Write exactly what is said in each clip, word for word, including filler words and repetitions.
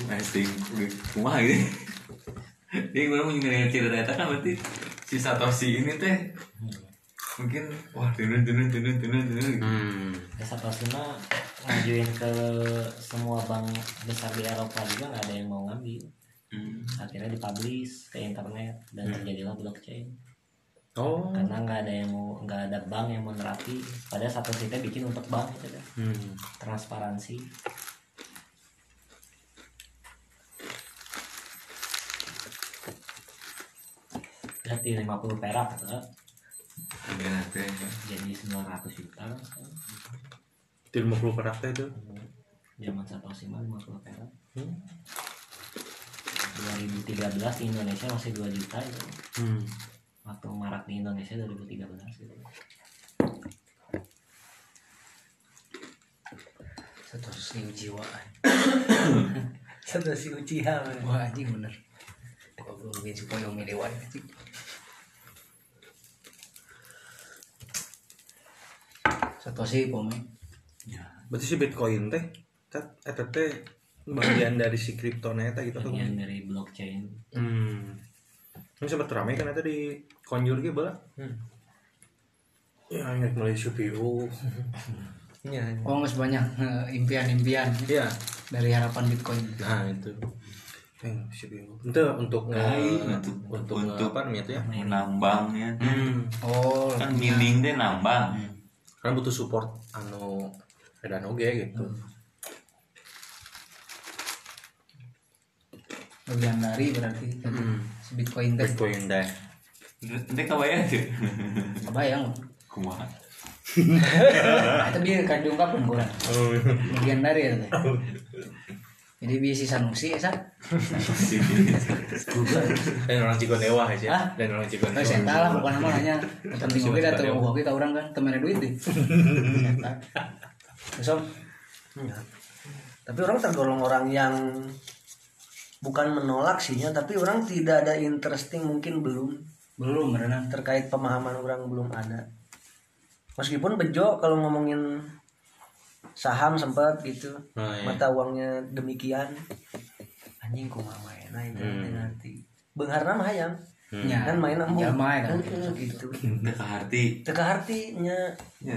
Nah, ting, kumaha gitu. Dia gue mau nyengir cerita itu kan berarti si Satoshi ini teh mungkin wah tunun tunun tunun tunun tunun. Hmm. Ya, Satoshi mah ngajuin ke semua bank besar di Eropa juga nggak ada yang mau ngambil. Hmm. Akhirnya dipublish ke internet dan hmm. terjadilah blockchain. Oh. Karena nggak ada yang mau nggak ada bank yang menerapi. Padahal Satoshi teh bikin untuk bank itu kan. Hmm. Transparansi. Jadi lima puluh perak atau jadi sembilan ratus juta itu lima puluh perak itu zaman Satoshi mah lima puluh perak. hmm. dua ribu tiga belas di Indonesia masih dua juta itu. hmm. Waktu marak di Indonesia dua ribu tiga belas itu. Satoshi Uchiwa Satoshi Uchiha wah anjing bener kalau mungkin supaya miliwan anjing. Satoshi pome. Ya. Berarti si Bitcoin teh, eta teh bagian dari si kriptonya eta gitu. Bagian dari blockchain. Hmm. Ini sempat ramai kan eta di Conjure ge bala. Hmm. Ya ingat mulai C P U. Iya. Oh nggak banyak uh, impian-impian. Iya. Dari harapan Bitcoin. Nah itu. Eh, C P U. Itu untuk nah, uh, untuk untuk, untuk apa namanya itu ya? Menambangnya. Hmm. Oh. Kan mining deh nambang. Hmm. Karena butuh support anu edan oge gitu. Hmm. Bagian dari berarti hmm. si Bitcoin teh. Bitcoin teh. Nanti kebayang tuh. Kebayang. Kumaha. Itu biar kan diungkapkan kurang. Bagian dari ya teh. Jadi bisa Sanusi ya, Sa? Dan orang Cigonewa aja. Dan orang Cigonewa. Saya entah lah, bukan nama hanya penting juga dah tuh hoki ke orang kan, temennya duit deh. Terus tapi orang tergolong orang yang bukan menolak sihnya, tapi orang tidak ada interesting mungkin belum. Belum, beneran. Terkait pemahaman orang belum ada. Meskipun bejo kalau ngomongin saham sempat gitu, oh, iya. Mata uangnya demikian, anjing kumaha main itu hmm. nanti beungarna mah hayang hmm. kan main ambu ya main kan gitu teka harti teka hartinya ya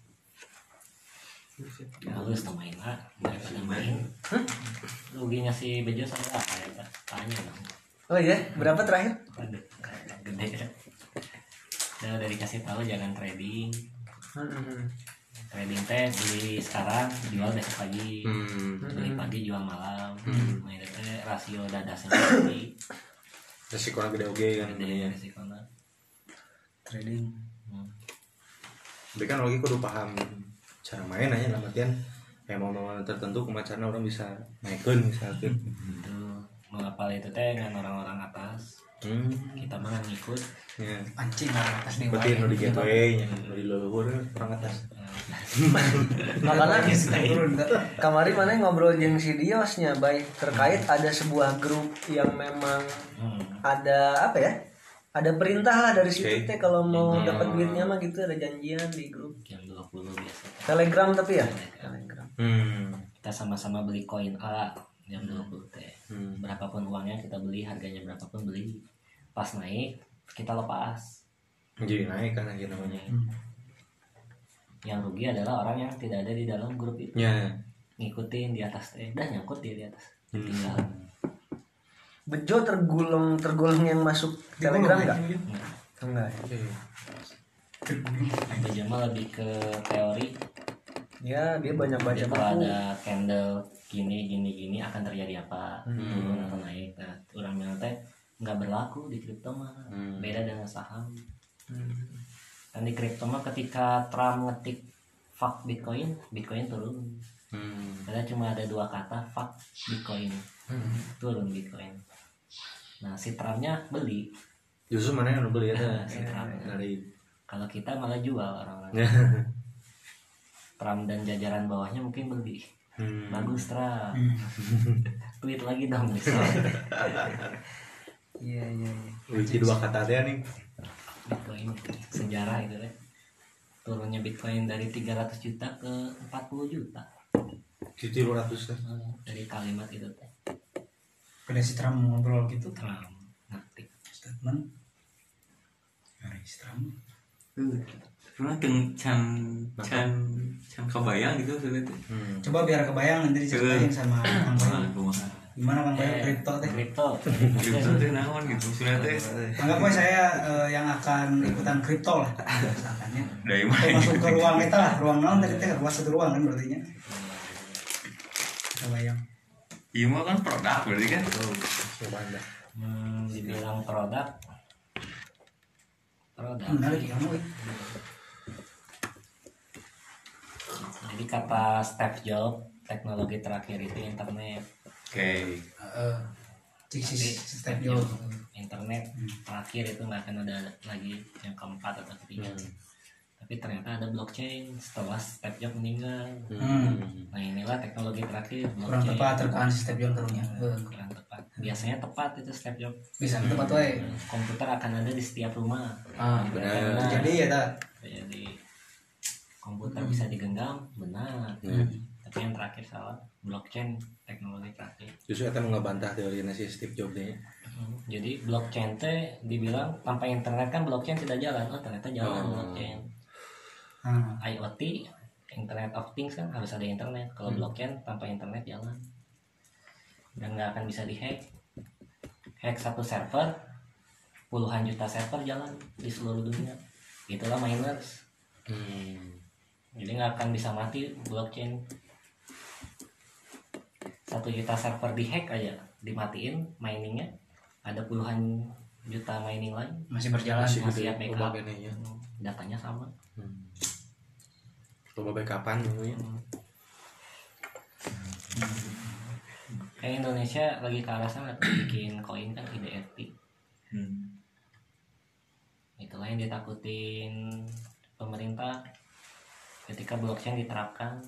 halus ya, main lah daripada main huh? Ruginya si Bejo sama apa ya tanya dong. Oh iya berapa terakhir? Gede udah dari kasih tahu jangan trading. hmm. Trading teh beli sekarang jual besok pagi, hmm. beli pagi jual malam, hmm. main teh rasio dadasnya tinggi, resikonya gede oke kan, gede resikonya trading. Hmm. Tapi kan lagi kudu paham cara main aja, dalam artian kayak mau mau tertentu kemacarnya orang bisa naikkan misalkan. Itu mengapal itu teh dengan orang-orang atas. Hmm. Kita mah ngikut. Ya. Anjing orang atas nih. Berarti nu di gateway nya, nu di luhur orang atas. Makanya kamari mana ngobrol jeung si Diosnya bay terkait ada sebuah grup yang memang hmm. ada apa ya? Ada perintah lah dari situ teh okay. Kalau mau hmm. dapat duitnya mah gitu ada janjian di grup. Jam dua puluh biasa. Telegram tapi ya? Telegram. Hmm. Kita sama-sama beli koin A jam dua puluh teh. Hmm. Berapapun uangnya kita beli, harganya berapapun beli. Pas naik kita lepas. Jadi naik kan aja namanya. Hmm. Yang rugi adalah orang yang tidak ada di dalam grup itu. Ya. Ngikutin di atas teh, dah nyangkut dia di atas. Tinggal. Hmm. Bejo tergolong tergolong yang masuk Telegram enggak? Enggak. Bejo mah lebih ke teori. Ya, dia banyak baca buku. Kalau ada candle gini gini gini akan terjadi apa? Hmm. Turun atau naik. Nah, orang bilang teh nggak berlaku di kripto mah. Hmm. Beda dengan saham. Hmm. Dan di kripto mah ketika Trump ngetik fuck Bitcoin, Bitcoin turun. Hmm. Karena cuma ada dua kata fuck Bitcoin, hmm. turun Bitcoin. Nah si Trumpnya beli. Justru mana yang beli ya? Nah, si Trump. Dari. Kalau kita malah jual orang-orang. Trump dan jajaran bawahnya mungkin beli. Hmm. Bagus Trump. Tweet lagi dong. Iya iya iya. Lucu dua kata dia nih. Bitcoin sejarah itu deh. Turunnya Bitcoin dari tiga ratus juta ke empat puluh juta. Jadi dua ratus kan. Dari kalimat itu teh. Pada si Trump ngobrol gitu Trump ngetik statement dari si Trump. Karena teng can can can kebayang gitu sulit. Hmm. Coba biar kebayang nanti diceritain sama Kang Bayang. Kumaha. Gimana Kang Bayang kripto teh? kripto Kripto teh naon gitu sulit teh. Anggap aja saya eh, yang akan ikutan kripto lah. Misalkannya. Dari Atau mana? masuk ke ruang kita lah, ruang naon tadi teh ruang satu ruang kan berarti nya. Kebayang. Iya mah kan produk berarti kan. Oh, coba anda. hmm, dibilang produk produk Menarik kamu. eh. jadi kata Steve Jobs teknologi terakhir itu internet. Oke. Heeh. Cik si Tapi Steve Jobs. internet terakhir itu nggak akan ada lagi yang keempat atau ketiga. Tapi ternyata ada blockchain setelah Steve Jobs meninggal. Hmm. Nah inilah teknologi terakhir Kurang blockchain. tepat terkaan si Steve Jobs karunya. Heeh. Kurang tepat. Biasanya tepat itu Steve Jobs. Bisa tepat wae. Komputer akan ada di setiap rumah. Ah, benar. jadi ya tak. Jadi komputer bisa digenggam, benar. Hmm. Tapi yang terakhir salah, blockchain teknologi terakhir. Justru kita ngebantah teori si Steve Jobs deh. Jadi blockchain teh dibilang tanpa internet kan blockchain tidak jalan. Oh ternyata jalan Oh. blockchain. Hmm. I O T, Internet of Things kan harus ada internet. Kalau blockchain tanpa internet jalan. Dan nggak akan bisa dihack. Hack satu server, puluhan juta server jalan di seluruh dunia. Itulah miners. Hmm. Jadi nggak akan bisa mati blockchain. Satu juta server dihack aja, dimatiin miningnya. Ada puluhan juta mining lain Masih berjalan. Masih masih gede, ya backup. loba gini ya. Datanya sama. Hmm. Coba backupan dulu ya. Kayak Indonesia lagi ke arah sana tuh bikin koin kan I D F T. Hmm. Itulah yang ditakutin pemerintah ketika blockchain diterapkan.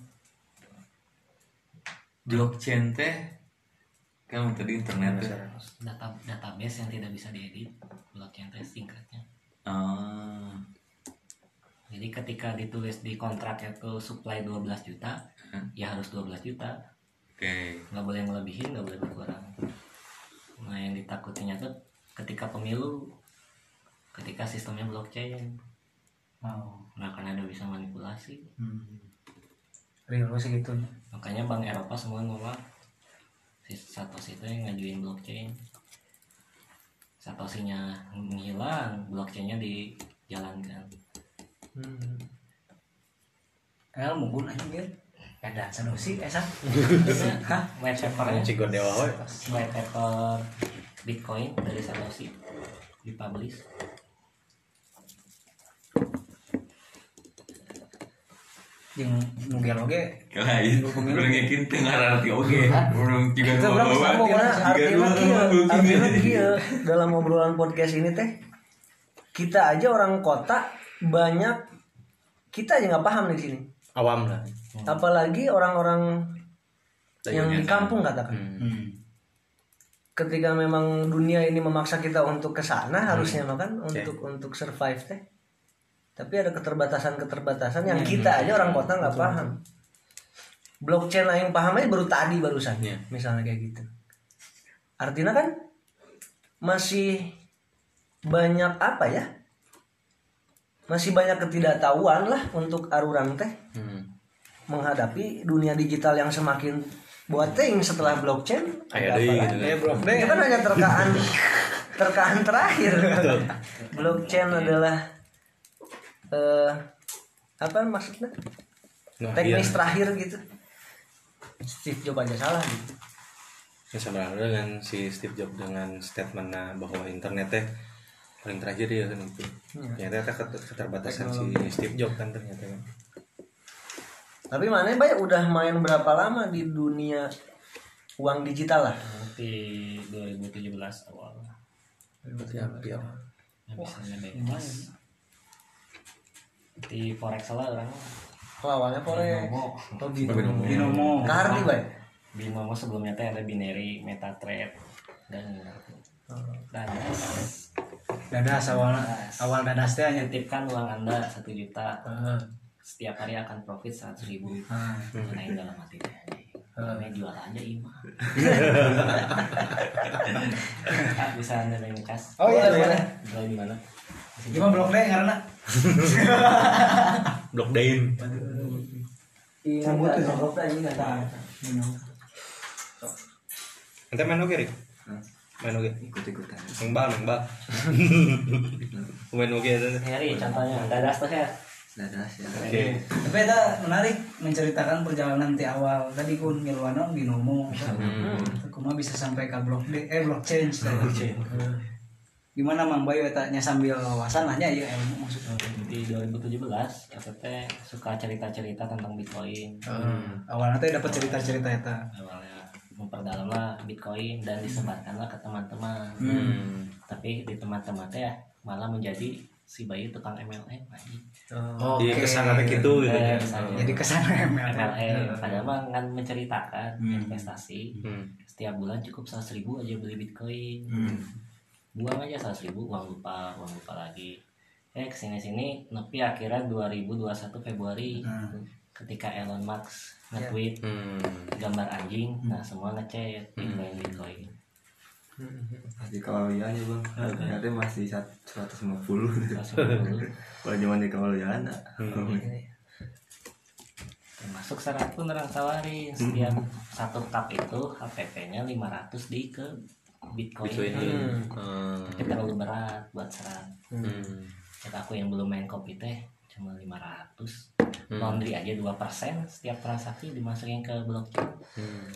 Blockchain teh kan tadi internet teh. Data database yang tidak bisa diedit, blockchain teh singkatnya. Ah. Jadi ketika ditulis di kontrak itu supply dua belas juta, Hmm. ya harus dua belas juta. Oke. Nggak boleh melebihin, nggak boleh berkurang. Nah yang ditakutinya tuh ketika pemilu, ketika sistemnya blockchain, Oh. nggak akan ada bisa manipulasi. Hmm. Real sih gitu. Makanya Bank Eropa semua nolak si Satoshi itu yang ngajuin blockchain. Satoshinya menghilang, blockchainnya dijalankan. Hmm. El mungkin aja gitu. Ada sanusi esa. Hah? White papernya, Cigo dewa we. white paper Bitcoin dari Satoshi dipublish. Jeung nu oge Lain, kurang yakin tengah arti oge. Kurang juga Kita berapa sama mana artinya kieu, artinya kieu dalam obrolan podcast ini teh kita aja orang kota banyak kita aja nggak paham di sini. Awam lah. Apalagi orang-orang yang di Banyak. kampung katakan. Hmm. Hmm. Ketika memang dunia ini memaksa kita untuk ke sana harusnya makan Oke. untuk untuk survive teh. Tapi ada keterbatasan-keterbatasan yang kita aja orang kota nggak paham. Blockchain yang paham aja baru tadi barusan, Iya. misalnya kayak gitu. Artinya kan masih banyak apa ya? Masih banyak ketidaktahuan lah untuk arurang teh Hmm. menghadapi dunia digital yang semakin buating setelah blockchain. Kayak ada deui apa gitu lagi? kan. blok Itu kan hanya terkaan terkaan terakhir. Blockchain adalah eh apa maksudnya? Nah, Teknis iya. terakhir gitu. Steve Jobs aja salah gitu. Ya, sama halnya dengan si Steve Jobs dengan statementnya bahwa internet teh paling terakhir ya kan itu. Iya. Ternyata ket- keterbatasan si Steve Jobs kan ternyata kan. Tapi mana banyak udah main berapa lama di dunia uang digital lah? Di dua ribu tujuh belas awal Berarti hampir. yang bisa bebas. Di forex lah orang Lawannya forex. Binomo. Oh binomo. Binomo. Binomo. Kardi baik. Binomo sebelumnya teh ada binary, MetaTrader dan Dadas. Dadas awalnya. Awal dadas teh hanya Titipkan uang Anda satu juta. Heeh. Setiap hari akan profit seratus ribu. Ah. Main dalam hati teh. Namanya jual aja imah. Bisa anda yang kas. Oh iya, Boleh, boleh. Jual di mana? Gimana blok deh karena Block Dain. Iya, Cabut enggak tuh. sanggup aja enggak tahu. Ente main oke Rik? Main oke. Ikut-ikutan. Mengbal, mengbal. Main oke ada. Heri contohnya, dadas tuh ya. Dadas ya. Oke. Tapi itu menarik menceritakan perjalanan di awal. Tadi kun ngiluan di nomo. Kuma bisa sampai ke blok D, eh blok change. Gimana Mang Bayu tanya sambil wawasan nanya ya ilmu maksudnya. Di dua ribu tujuh belas, K T T suka cerita-cerita tentang Bitcoin. Hmm. Awalnya teh dapat cerita-cerita eta. Awalnya memperdalamlah Bitcoin dan disebarkanlah ke teman-teman. Hmm. Tapi di teman-teman teh ya malah menjadi si Bayu tukang M L M lagi. Oh, iya kesana gitu gitu ya. Eh, misalnya. Jadi kesana M L M. M L M padahal mah kan menceritakan Hmm. investasi. Hmm. Setiap bulan cukup seratus ribu aja beli Bitcoin. Hmm. Buang aja seratus ribu, uang lupa, uang lupa lagi. Eh kesini-sini nepi akhirnya dua ribu dua puluh satu Februari Hmm. ketika Elon Musk nge-tweet Hmm. gambar anjing, nah semua ngechat Bitcoin Bitcoin. Masih kawalian ya bang. Ternyata masih seratus lima puluh. Langsung dulu. Kalau zaman di kawalian. Termasuk syarat pun orang tawarin setiap satu cup itu H P P-nya lima ratus di ke Bitcoin. Bitcoin. Hmm. Hmm. Tapi terlalu berat buat serat. Hmm. Kata aku yang belum main kopi teh cuma lima ratus. Hmm. Laundry aja dua persen setiap transaksi dimasukin ke blockchain. Hmm.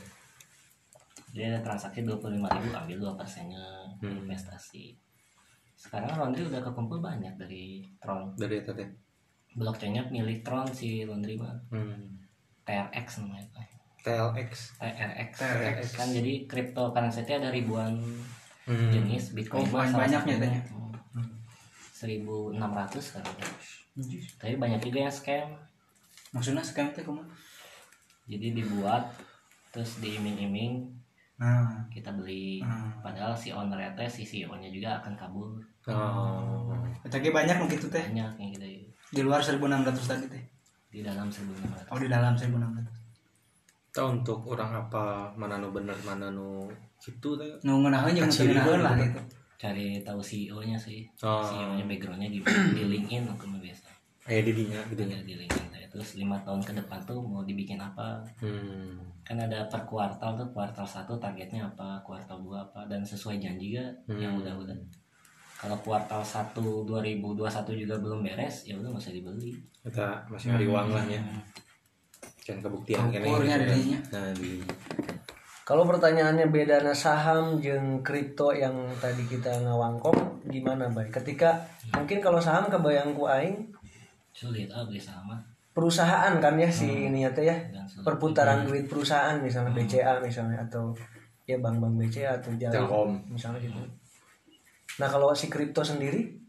Jadi ada transaksi dua puluh lima ribu, ambil dua persennya Hmm. investasi. Sekarang laundry udah kekumpul banyak dari Tron. Dari eta teh. Blockchainnya milik Tron si laundry mah. Hmm. T R X namanya. T L X. T R X. T R X. Kan jadi cryptocurrency itu ada ribuan Hmm. jenis. Bitcoin Oh, mah salah banyaknya satunya. tanya. Hmm. seribu enam ratus kan. Tapi banyak juga yang scam. Maksudnya sekarang teh kumaha? Jadi dibuat terus diiming-iming Nah, kita beli. Hmm. Padahal si owner teh si C E O-nya juga akan kabur. Oh. eta ge banyak nu kitu teh. Banyak yang gitu ya. Di luar seribu enam ratus tadi teh. Di dalam seribu enam ratus. Oh, di dalam seribu enam ratus. Tahu untuk orang apa mana nu bener mana nu gitu teh. Nu ngeunaheun jeung nu teu ngeunaheun lah gitu. Cari tahu C E O-nya sih. Oh. C E O-nya background-nya di, di LinkedIn aku mah biasa. Aya di dinya gitu Gitu nya. di LinkedIn teh. Terus lima tahun ke depan tuh mau dibikin apa? Hmm. Kan ada per kuartal tuh, kuartal satu targetnya apa, kuartal dua apa, dan sesuai janji gak Hmm. yang udah-udah. Kalau kuartal satu dua ribu dua puluh satu juga belum beres, ya udah nggak usah dibeli. Kita masih hari uang lah ya. Jangan kebuktian kan Ukurnya dirinya. Nah, di Kalau pertanyaannya bedana saham jeung kripto yang tadi kita ngawangkong gimana Bay? Ketika mungkin kalau saham kebayang ku aing Sulit ah beli sama. perusahaan kan ya si ini ya teh ya. Dan sulit. Perputaran duit perusahaan misalnya B C A misalnya atau ya bank-bank B C A atau Jali Telkom. misalnya gitu. Nah, kalau si kripto sendiri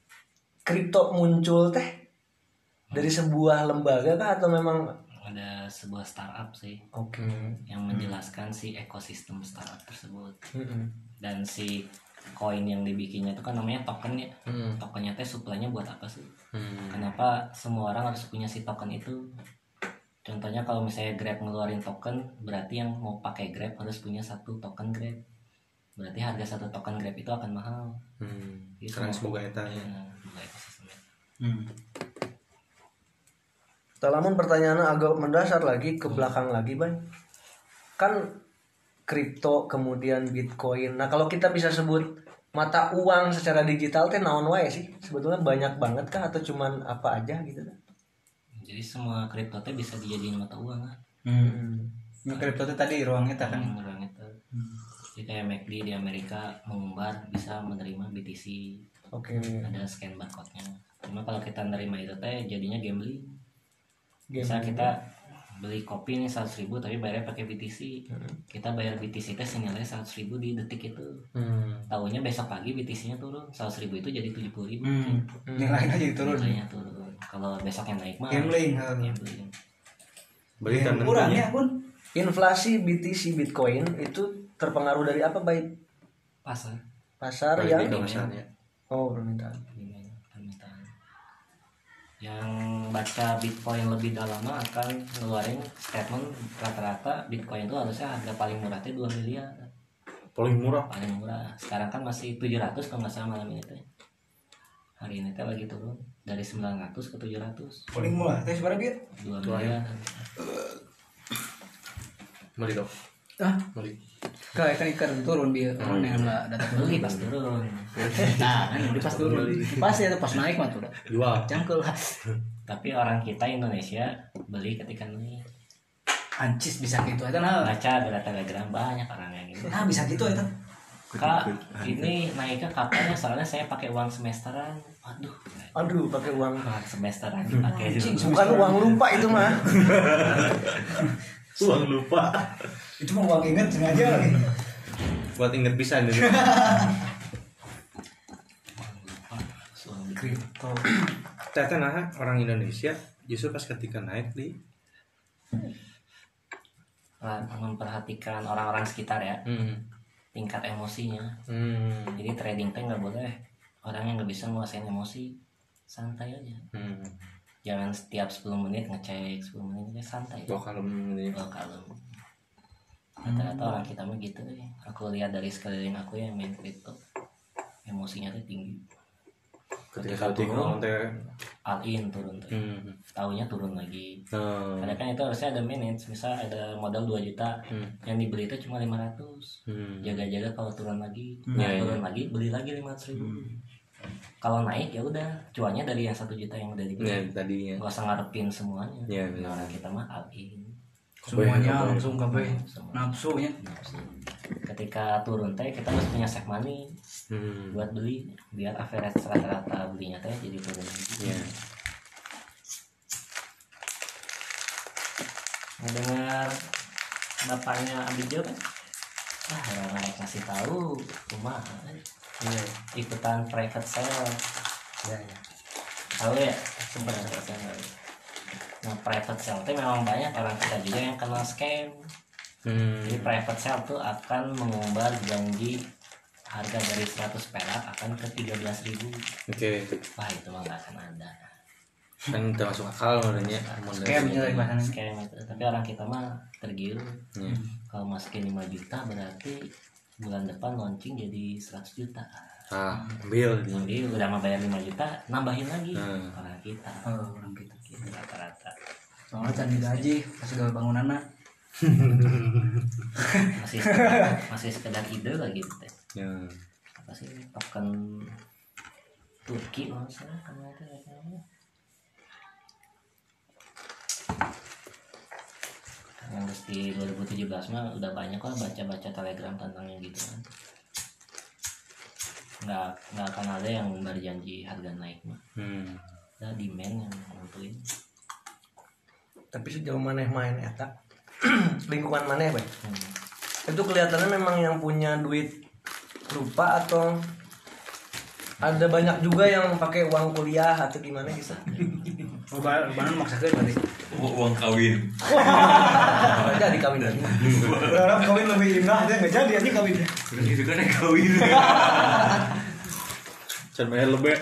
kripto muncul teh dari sebuah lembaga kah atau memang Ada sebuah startup sih oke. yang menjelaskan si ekosistem startup tersebut. Mm-mm. Dan si koin yang dibikinnya itu kan namanya token ya. Hmm. Tokennya teh suplainya buat apa sih? Hmm. Kenapa semua orang harus punya si token itu? Contohnya kalau misalnya Grab ngeluarin token, berarti yang mau pakai Grab harus punya satu token Grab. Berarti harga satu token Grab itu akan mahal. Hmm. Jadi Karena semua- semoga eta ya. Ya, semoga ekosistemnya. Hmm. Lamun pertanyaannya agak mendasar lagi ke belakang lagi, Bay. Kan kripto kemudian Bitcoin. Nah, kalau kita bisa sebut mata uang secara digital teh naon wae sih? Sebetulnya banyak banget kah atau cuman apa aja gitu? Jadi semua kripto teh bisa dijadiin mata uang kan? Hmm. Ini kripto teh tadi ruang eta kan. Yang orang itu. Jadi kayak McD di Amerika mengumbar bisa menerima B T C. Oke. Ada scan barcode-nya. Cuma kalau kita nerima itu teh jadinya gambling. Game Bisa kita beli kopi nih seratus ribu tapi bayarnya pakai B T C. Kita bayar B T C teh senilai seratus ribu di detik itu. Hmm. Tahunya besok pagi B T C-nya turun seratus ribu itu jadi tujuh puluh ribu. Hmm. Nilainya jadi turun. Nilainya turun. Kalau besoknya naik mah Gambling. ha. gambling. Berarti kan Kurang ya, Bun. Inflasi B T C Bitcoin itu terpengaruh dari apa, Bay? Pasar. Pasar Balik yang ke pasarnya. oh permintaan. Gimana permintaan. Yang baca Bitcoin lebih dalam akan ngeluarin statement rata-rata Bitcoin itu harusnya harga paling murah itu dua miliar. Paling murah. Paling murah. Sekarang kan masih tujuh ratus kalau nggak salah malam ini teh. Hari ini teh lagi turun dari sembilan ratus ke tujuh ratus. Paling murah teh seberapa dia? dua miliar. Beli dong. Ah, Beli. kayak kan ikan turun dia. Oh, nih lah data Beli pas turun. Nah, kan di pas turun. Pas ya tuh pas naik mah tuh udah. Jual. Cangkel lah. Tapi orang kita Indonesia beli ketika naik. Ancis bisa gitu eta nah. Baca ada telegram banyak orang yang gitu. Nah, bisa gitu eta. Kak, ini naiknya kapan ya? Soalnya saya pakai uang semesteran. Waduh. Aduh, pakai uang. Uang semesteran dipakai Anjing, dulu. Bukan uang lupa itu mah. Uang lupa. Itu mah uang inget sengaja lagi. Buat inget pisan dulu. Kripto. Ternyata nah orang Indonesia justru pas ketika naik di Memperhatikan orang-orang sekitar ya. hmm. Tingkat emosinya. Hmm. Jadi trading teh nggak boleh orang yang nggak bisa menguasain emosi, santai aja. Hmm. Jangan setiap sepuluh menit ngecek, sepuluh menit aja santai. Bawa kalem ini. Bawa kalem. Rata-rata orang kita mah gitu deh. Aku lihat dari sekeliling aku yang main kripto, emosinya tuh tinggi. Ketika turun teh All in turun tuh. hmm. Tahunya turun lagi. Hmm. Karena kan itu harusnya ada manage, misal ada modal dua juta, Hmm. yang dibeli itu cuma lima ratus. Hmm. Jaga-jaga kalau turun lagi, Hmm. nah, Ya, turun ya. lagi beli lagi lima ratus ribu. Kalau naik ya udah cuannya dari yang satu juta yang udah dibeli. Ya tadinya. Nggak usah ngarepin semuanya. Ya, Nah, benar. orang kita mah all in. Semuanya Kabeh, langsung kabeh Semua. nafsunya. Nafsu. Ketika turun teh kita harus punya safe money Hmm. buat beli biar average rata-rata belinya teh jadi turun lagi. Ya. Ngedengar bapaknya ambil job kan? Ah, orang-orang kasih tahu cuma Iya. ikutan private sale. Ya, ya. Tahu ya? Sempat saya Nah, private sale itu memang banyak orang kita juga yang kena scam. Hmm. Jadi private sale tuh akan mengumbar janji harga dari seratus perak akan ke tiga belas ribu. Oke. Wah, itu mah nggak akan ada. Kan termasuk akal sebenarnya. Scamnya dari bahannya. Scam itu. Tapi orang kita mah tergiur. Ya. Kalau masukin lima juta berarti bulan depan launching jadi seratus juta. Ah, ambil. Jadi udah mau bayar lima juta, nambahin lagi. Hmm. Orang kita. Oh, orang kita. Gitu, rata-rata. Soalnya can digaji kasih gawe bangunanna. Masih masih sekedar ide lagi teh. Ya. Apa sih token Turki kalau nggak salah kan itu namanya. Yang di dua ribu tujuh belas mah udah banyak lah baca-baca telegram tentang yang gitu kan. Nggak nggak akan ada yang berjanji harga naik mah. Hmm. Ada demand yang nentuin. Tapi sejauh mana main eta lingkungan mana ya, Bay? Hmm. Itu kelihatannya memang yang punya duit lupa atau ada banyak juga yang pakai uang kuliah atau gimana gitu. Lebaran maksakeun tadi. Uang kawin. Nggak jadi kawin lagi. Berharap kawin lebih indah dia enggak jadi aja kawin. Udah gitu kan yang kawin. Can bayar lebih.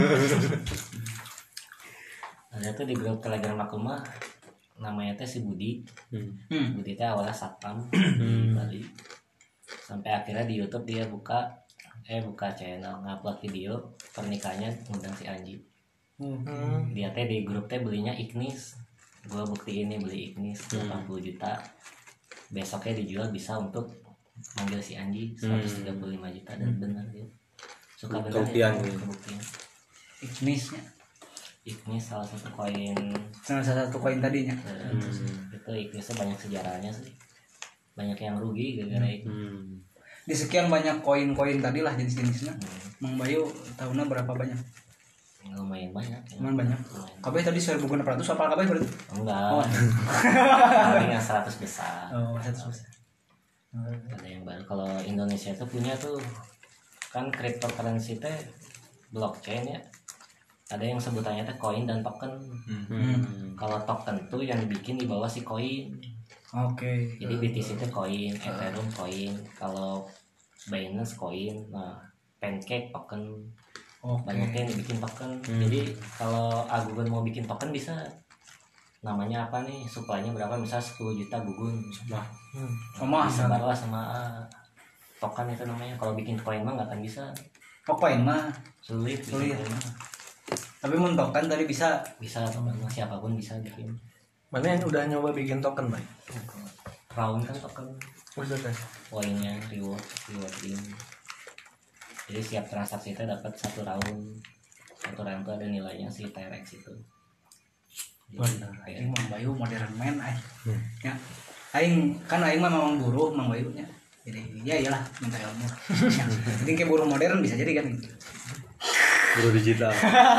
Ada tuh di grup telegram aku mah namanya teh si Budi. Hmm. Hmm. Budi teh awalnya satpam Hmm. Bali. Sampai akhirnya di YouTube dia buka eh buka channel ngupload video pernikahannya ngundang si Anji. Hmm. Dia teh di grup teh belinya Ignis. Gua bukti ini beli Ignis delapan puluh juta. Besoknya dijual bisa untuk manggil si Anji seratus tiga puluh lima juta dan benar dia. Suka benar Kebuktian ya, gitu. kebuktian. Ignisnya. Ignis salah satu koin Salah satu koin tadinya. eh, itu Ignisnya banyak sejarahnya sih. Banyak yang rugi gara-gara itu. Hmm. Di sekian banyak koin-koin tadi lah jenis-jenisnya. Hmm. Mang Bayu tahunnya berapa banyak? Lumayan banyak ya. Lumayan banyak. Lumayan. Kabeh tadi seribu enam ratus apa kabeh berarti? Enggak. Oh. Paling yang seratus besar. Oh, seratus besar. Ada yang baru. Kalau Indonesia itu punya tuh kan cryptocurrency teh blockchain ya. Ada yang sebutannya teh koin dan token. Hmm. Kalau token tuh yang dibikin di bawah si koin. Oke. Jadi B T C itu koin, Ethereum koin, kalau Binance koin, nah Pancake token. Oke. Banyaknya yang dibikin token. Jadi kalau Agugun mau bikin token bisa namanya apa nih, supply-nya berapa, misal sepuluh juta Gugun. Wah. Sama Disebarlah sama ah, token itu namanya. Kalau bikin koin mah nggak akan bisa, pokoknya mah sulit Sulit. bikin koin mah. tapi mentokan tadi bisa. Bisa token mah siapapun bisa bikin. Mana yang udah nyoba bikin token, Bay? Round kan token Udah teh. poinnya, reward reward ini. Jadi setiap transaksi itu dapat satu round. Satu round itu ada nilainya si T R X itu. Benar. Jadi, Aing Mang Bayu modern man aing. Hmm. Ya. Aing kan aing mah memang buruh Mang Bayu nya. Jadi ya iyalah minta ilmu. Ya. Jadi kayak buruh modern bisa jadi kan gitu. Buru digital.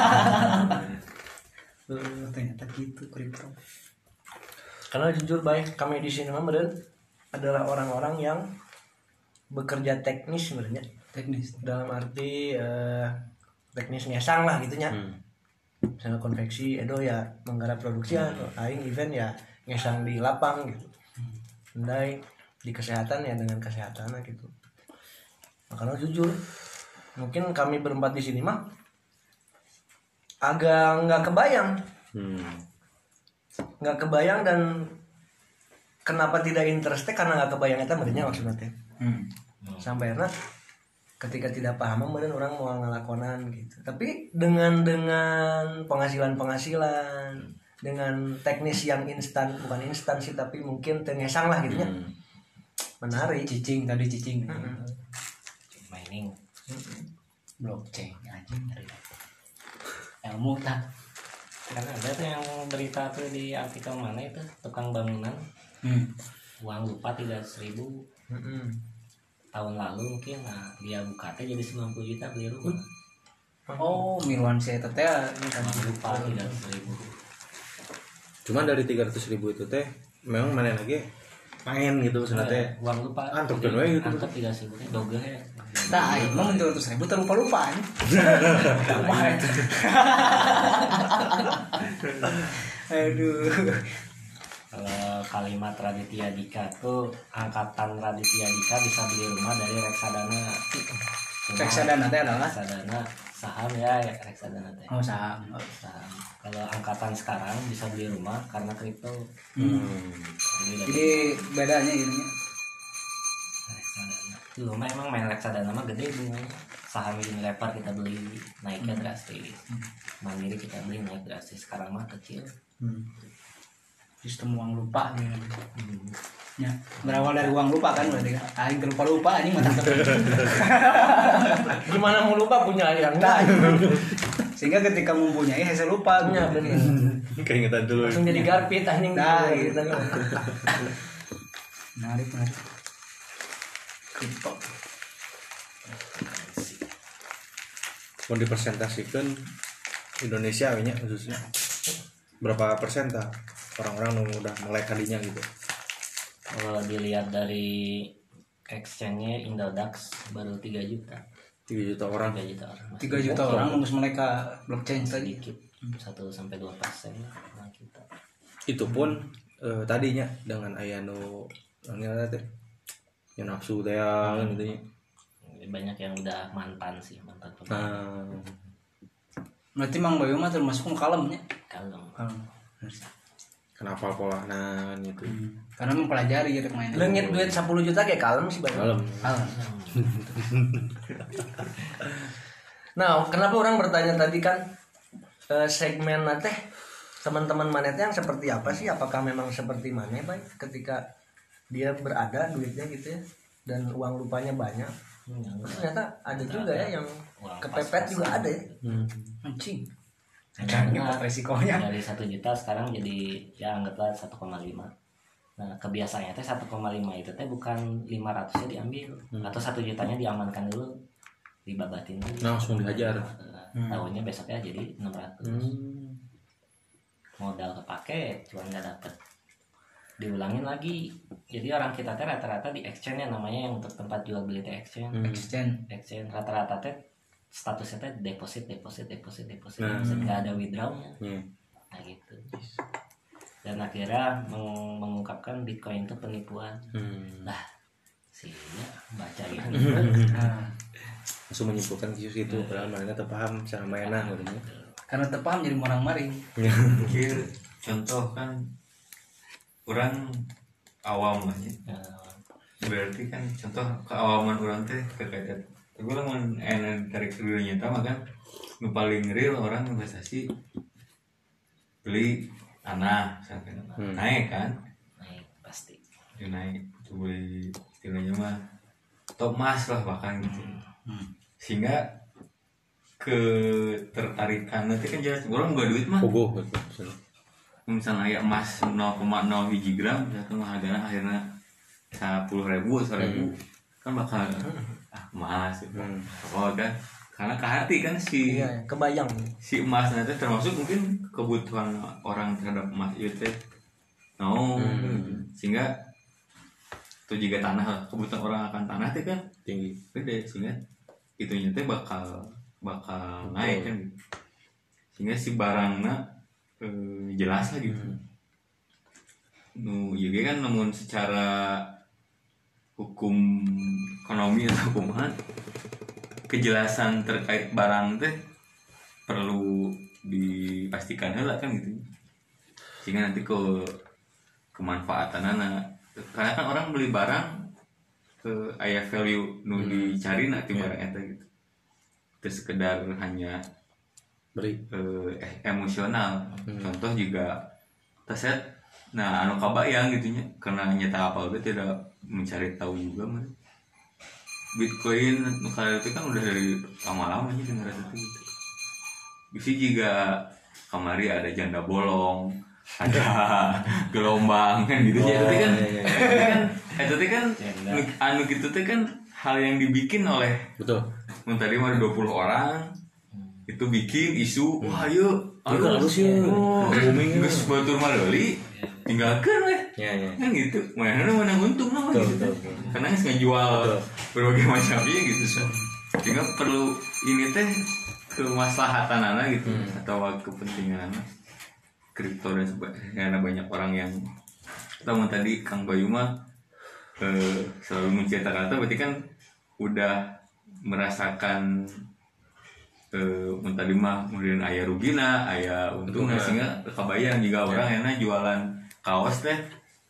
Uh, ternyata gitu kripto. Karena jujur baik kami di sini mah beren adalah orang-orang yang bekerja teknis sebenarnya. Teknis. Dalam arti eh, teknis ngesang lah gitunya. Hmm. Misalnya konveksi edo ya menggarap produksi atau aing event ya ngesang di lapang gitu. Ndai di kesehatan ya dengan kesehatan gitu. Makanya jujur mungkin kami berempat di sini mah agak nggak kebayang Hmm. nggak kebayang dan kenapa tidak interest teh karena nggak kebayang itu sebenarnya maksudnya teh Hmm. sampai enak ketika tidak paham kemudian orang mau ngelakonan gitu tapi dengan dengan penghasilan penghasilan dengan teknis yang instan bukan instan sih tapi mungkin tengesang lah gitu ya Hmm. menarik. Cicing tadi cicing. Mm-mm. mining Blockchain anjing dari ilmu tak. karena ada tuh yang berita tuh di artikel mana itu tukang bangunan Hmm. uang lupa tiga ratus ribu Mm-mm. tahun lalu mungkin, nah dia buka teh jadi sembilan puluh juta beli rumah. Oh, miluan saya teh Uang lupa tiga ratus ribu. Cuman dari tiga ratus ribu itu teh memang mana lagi main gitu maksudnya teh. Uang lupa Antep kan we gitu. antep tiga ratus ribu teh doge ya. Nah, ini mah tiga ratus ribu terlupa lupa nih. Aduh. Kalau kalimat Raditya Dika tuh angkatan Raditya Dika bisa beli rumah dari reksadana. Cuma Reksadana teh adalah reksadana saham ya, ya reksadana teh. oh saham. Saham. Kalau angkatan sekarang bisa beli rumah karena kripto. Hmm. Jadi, Jadi bedanya gini. reksadana. Dulu mah emang main reksadana mah gede bunganya. Saham Unilever kita beli naiknya drastis. Mandiri kita beli naik drastis. Sekarang mah kecil. Hmm. Sistem uang lupa gitu. Hmm. Ya, berawal dari uang lupa kan berarti kan. Aing lupa lupa anjing mah tetep. Gimana mau lupa punya yang Nah, enggak sehingga ketika mempunyai saya lupa punya gitu. bener Keingetan dulu. langsung jadi garpit anjing Nah, gitu. gitu. Menarik, menarik. Kripto. Mau dipresentasikan Indonesia nya khususnya berapa persen tak orang-orang yang udah melek kadinya gitu. Kalau dilihat dari exchange-nya Indodax baru tiga juta. tiga juta orang. tiga juta orang. Masih tiga juta orang nunggu mereka blockchain tadi. sedikit. satu sampai dua persen lah kita. Itu pun eh, tadinya dengan aya nu namanya teh yang nafsu teh gitu nya. Banyak yang udah mantan sih, mantan pemain. Nah, Berarti Mang Bayu mah termasuk kalemnya. Kalau Kalem. kenapa pola nah gitu. Karena mempelajari gitu main. Leungit duit sepuluh juta kayak kalem sih Bang. Malam. Kalem. Nah, kenapa orang bertanya tadi kan eh, segmen teh teman-teman manet yang seperti apa sih? Apakah memang seperti mana baik ketika dia berada duitnya gitu ya dan uang lupanya banyak? Ternyata ada juga ya yang kepepet juga ada ya. Hmm. Anjing. Karena resikonya. dari satu juta sekarang jadi ya anggaplah satu koma lima. Nah kebiasaannya teh satu koma lima itu teh bukan lima ratusnya diambil Hmm. atau satu jutanya diamankan dulu, dibabatin dulu. Langsung dihajar. Nah, Hmm. tahunnya besoknya jadi enam ratus. Hmm. Modal kepake cuma nggak dapet, diulangin lagi. Jadi orang kita teh rata-rata di exchange ya, namanya yang untuk tempat jual beli teh exchange. Hmm. Exchange. Exchange rata-rata teh statusnya teh deposit deposit deposit deposit, Nah. deposit nggak ada withdrawnya. Hmm. Nah gitu. Dan akhirnya meng- mengungkapkan Bitcoin itu penipuan. Hmm. Lah, sih ya baca gitu. Nah, langsung menyimpulkan ke situ padahal mana teu paham cara mainna gitu. Karena tepaham jadi orang maring. Mikir contoh kan orang awam lah ya. Berarti kan contoh keawaman orang teh terkait tapi lamun enak tarik real nyata mah kan nu paling real orang investasi beli tanah misalkan Hmm. naik kan naik pasti. dia naik itu beli istilahnya mah top mas lah bahkan gitu sehingga ketertarikan nanti kan jelas orang nggak duit mah Pogo betul. misalnya ya emas nol koma nol hiji gram misalkan mah harganya akhirnya sepuluh ribu seribu kan bakal ah emas gitu. Hmm. Oh kan karena ke hati kan si Iya, kebayang. si emas nanti termasuk mungkin kebutuhan orang terhadap emas itu teh no sehingga itu juga tanah lah. Kebutuhan orang akan tanah teh kan Tinggi. gede sehingga itu teh bakal bakal naik kan gitu. Sehingga si barangnya eh, jelas lah gitu nu ya kan namun secara hukum ekonomi atau kumaha kejelasan terkait barang teh perlu dipastikan heula kan gitu sehingga nanti ke kemanfaatanana karena kan orang beli barang ke aya value nu dicari nanti barang eta gitu terus sekedar hanya Beri. eh, emosional contoh juga teset nah anu kabayang gitunya karena nyata apa udah tidak mencari tahu juga mah Bitcoin nukar itu kan udah dari lama-lama aja dengar itu gitu bisa juga kamari ada janda bolong ada gelombang kan gitu ya tapi kan itu kan anu gitu tuh kan hal yang dibikin oleh Betul. mun tadi mah ada dua puluh orang itu bikin isu wah yuk Aduh, harus ya. booming geus batur maloli tinggalkan weh Ya ya. kan gitu mana mana untung nama Betul, gitu betul, betul. karena nggak ngejual Betul. berbagai macam ya gitu so. Sehingga perlu ini teh kemaslahatan anak gitu atau kepentingan anak kripto dan sebagainya karena banyak orang yang tahu tadi Kang Bayu mah eh, selalu menceritakan itu berarti kan udah merasakan eh mun tadi mah kemudian aya rugina aya untungna sehingga kebayang jika orang enak jualan kaos teh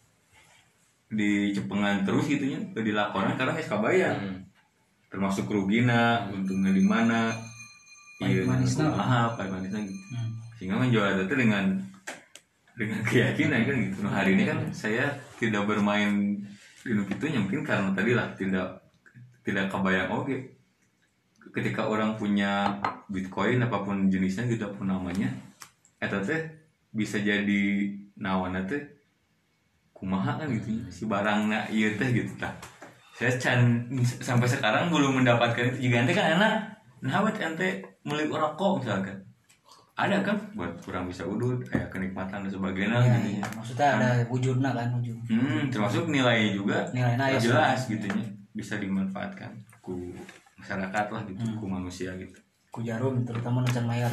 di cepengan terus gitunya di laporan karena geus kabayang termasuk rugina untungnya di mana Pahit manisna. ah pahit manisna gitu sehingga menjual itu dengan dengan keyakinan kan gitu nah, hari ini kan saya tidak bermain di kitunya mungkin karena tadi lah tidak tidak kebayang oke ketika orang punya Bitcoin apapun jenisnya gitu apapun namanya eta teh bisa jadi nawana teh kumaha kan gitu si barangna ieu teh gitu tah saya can sampai sekarang belum mendapatkan itu juga ente kan enak nah buat ente meuli rokok misalkan ada kan buat kurang bisa udut kayak kenikmatan dan sebagainya Ya, gitu ya. Maksudnya ada wujudnya kan wujud. hmm termasuk nilainya juga Nilainya ya jelas gitu nya bisa dimanfaatkan ku masyarakat lah gitu ku manusia gitu Ku jarum terutama nucan mayat.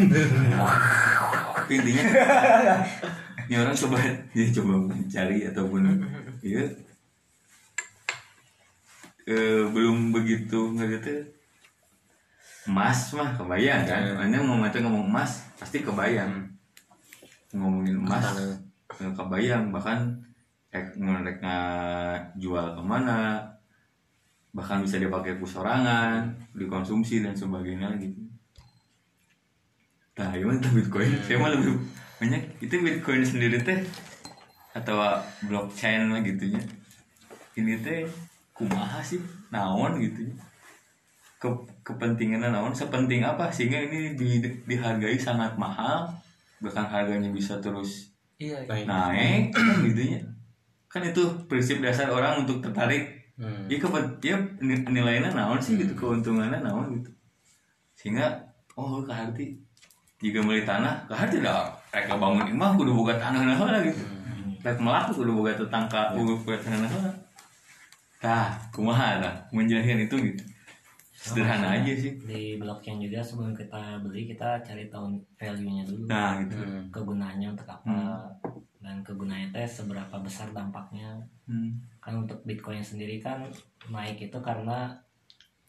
intinya ini orang coba dia coba mencari ataupun ya eh, belum begitu ngerti emas mah kebayang kan mana mau macam ngomong emas pasti kebayang ngomongin emas eh, kebayang bahkan eh, ngerek jual kemana bahkan bisa dipakai pusorangan dikonsumsi dan sebagainya gitu. Nah, gimana tuh Bitcoin? Saya mah lebih banyak itu Bitcoin sendiri teh atau blockchain lah gitunya. Ini teh kumaha sih naon gitu. Ke, kepentingan naon sepenting apa sehingga ini di, dihargai sangat mahal bahkan harganya bisa terus Iya. naik kan gitunya. Kan itu prinsip dasar orang untuk tertarik. Hmm. Ya kepet ya nilainya naon sih gitu keuntungannya naon gitu. Sehingga oh keharti jika beli tanah keharti dah rek bangun imah kudu boga tanah heula gitu. Rek melaku kudu boga tetangka kudu boga tanah heula. Tah, kumaha tah menjelaskan itu gitu. Sederhana aja sih. Di blockchain juga sebelum kita beli kita cari tahu value-nya dulu. Nah, gitu. Hmm. Kegunaannya untuk apa hmm. dan kegunaannya teh seberapa besar dampaknya. Hmm. Kan untuk Bitcoin sendiri kan naik itu karena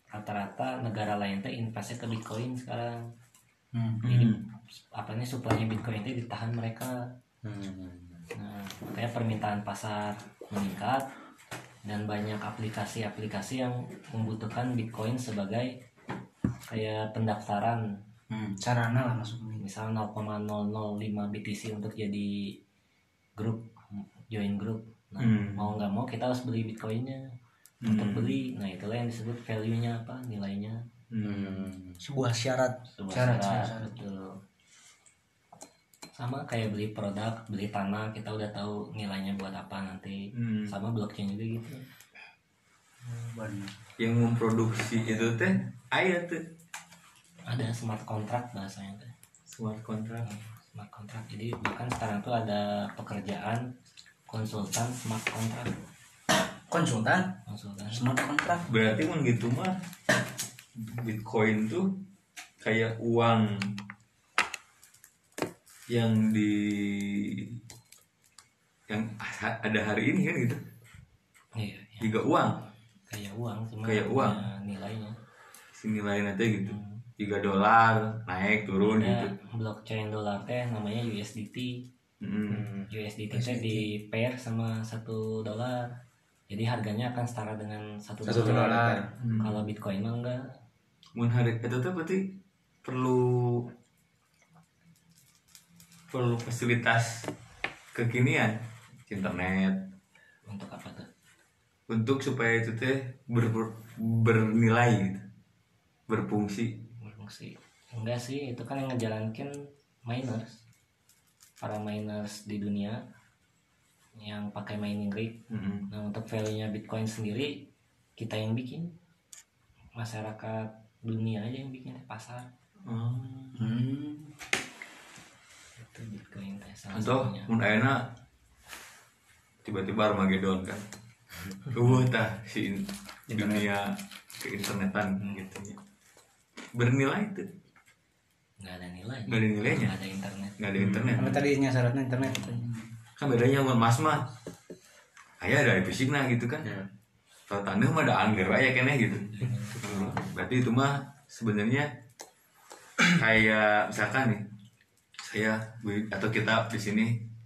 rata-rata negara lain teh investasi ke Bitcoin sekarang. Hmm. Jadi apa nih suplainya Bitcoin itu ditahan mereka. Hmm. Nah, kayak permintaan pasar meningkat dan banyak aplikasi-aplikasi yang membutuhkan Bitcoin sebagai kayak pendaftaran. Hmm. Sarana lah maksudnya. Misal nol koma nol nol lima B T C untuk jadi grup, join grup. Nah, Hmm. mau nggak mau kita harus beli Bitcoinnya. Untuk beli, nah itulah yang disebut value-nya apa, nilainya. Hmm. Sebuah syarat. Sebuah Syarat, syarat, syarat. betul. Sama kayak beli produk, beli tanah, kita udah tahu nilainya buat apa nanti. Hmm. Sama blockchain juga gitu. Benar. Yang memproduksi itu teh aya tuh Ada smart contract bahasanya teh. smart contract. Smart contract. Jadi bahkan sekarang tuh ada pekerjaan konsultan smart contract. Konsultan, Konsultan. smart contract. Berarti mun gitu mah Bitcoin tuh kayak uang yang di yang ada hari ini kan gitu. Iya, iya. Juga uang, Kayak uang, cuma Kayak uang. punya nilainya. nilai nanti gitu. Juga dolar naik turun Ada gitu. blockchain dolar teh namanya U S D T. Hmm. U S D T teh di pair sama satu dolar. Jadi harganya akan setara dengan satu Satu dolar. dolar. Kalau Bitcoin mah enggak. Mun hari itu tuh berarti perlu perlu fasilitas kekinian internet Untuk apa tuh? untuk supaya itu teh ber, ber- bernilai gitu, berfungsi. Berfungsi. Enggak sih, itu kan yang ngejalankan miners. Para miners di dunia yang pakai mining rig. Mm-mm. Nah, untuk value-nya Bitcoin sendiri kita yang bikin. Masyarakat dunia aja yang bikin pasar. Oh. Hmm. Itu Bitcoin teh salah Atau satunya. mun ayeuna tiba-tiba Armageddon kan. Uh tah si in- dunia keinternetan gitu ya. Bernilai itu. Nggak ada nilai. Nggak ada nilainya. Nggak ada internet. Nggak ada internet. Karena tadinya syaratnya internet. Kan bedanya sama emas mah aya ada fisiknya gitu kan. Kalau tanah mah ada angger aya keneh gitu. Berarti itu mah sebenarnya kayak misalkan nih saya atau kita di sini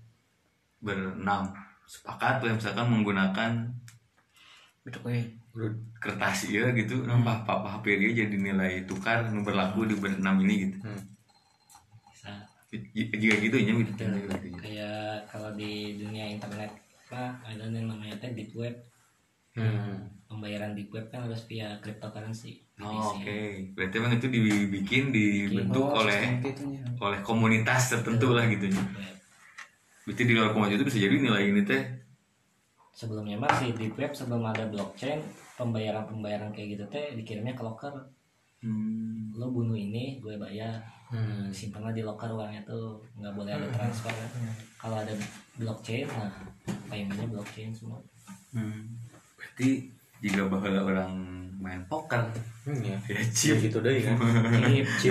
berenam sepakat lah misalkan menggunakan Bitcoin. kertas ya gitu, nampak apa H P dia jadi nilai tukar nu berlaku di berenam ini gitu. Bisa. J- Jika gitu ya gitu. Betul. Kayak kalau di dunia internet mah ada yang namanya teh deep web. Hmm. Pembayaran deep web kan harus via cryptocurrency. Oh, Oke, berarti memang itu dibikin dibentuk Oh, oleh sistem gitunya. oleh komunitas tertentu lah gitu ya. Berarti di luar komunitas itu bisa jadi nilai ini teh. Sebelumnya mah si deep web sebelum ada blockchain, pembayaran-pembayaran kayak gitu teh dikirimnya ke loker. Hmm. Lo bunuh ini, gue bayar. Hmm. Simpanlah di loker uangnya tuh, nggak boleh ada transfer. Kalau ada blockchain, nah paymentnya blockchain semua. Hmm. Berarti jika baheula orang main poker, Hmm, ya. ya Chip chip gitu deh kan. Chip. Chip.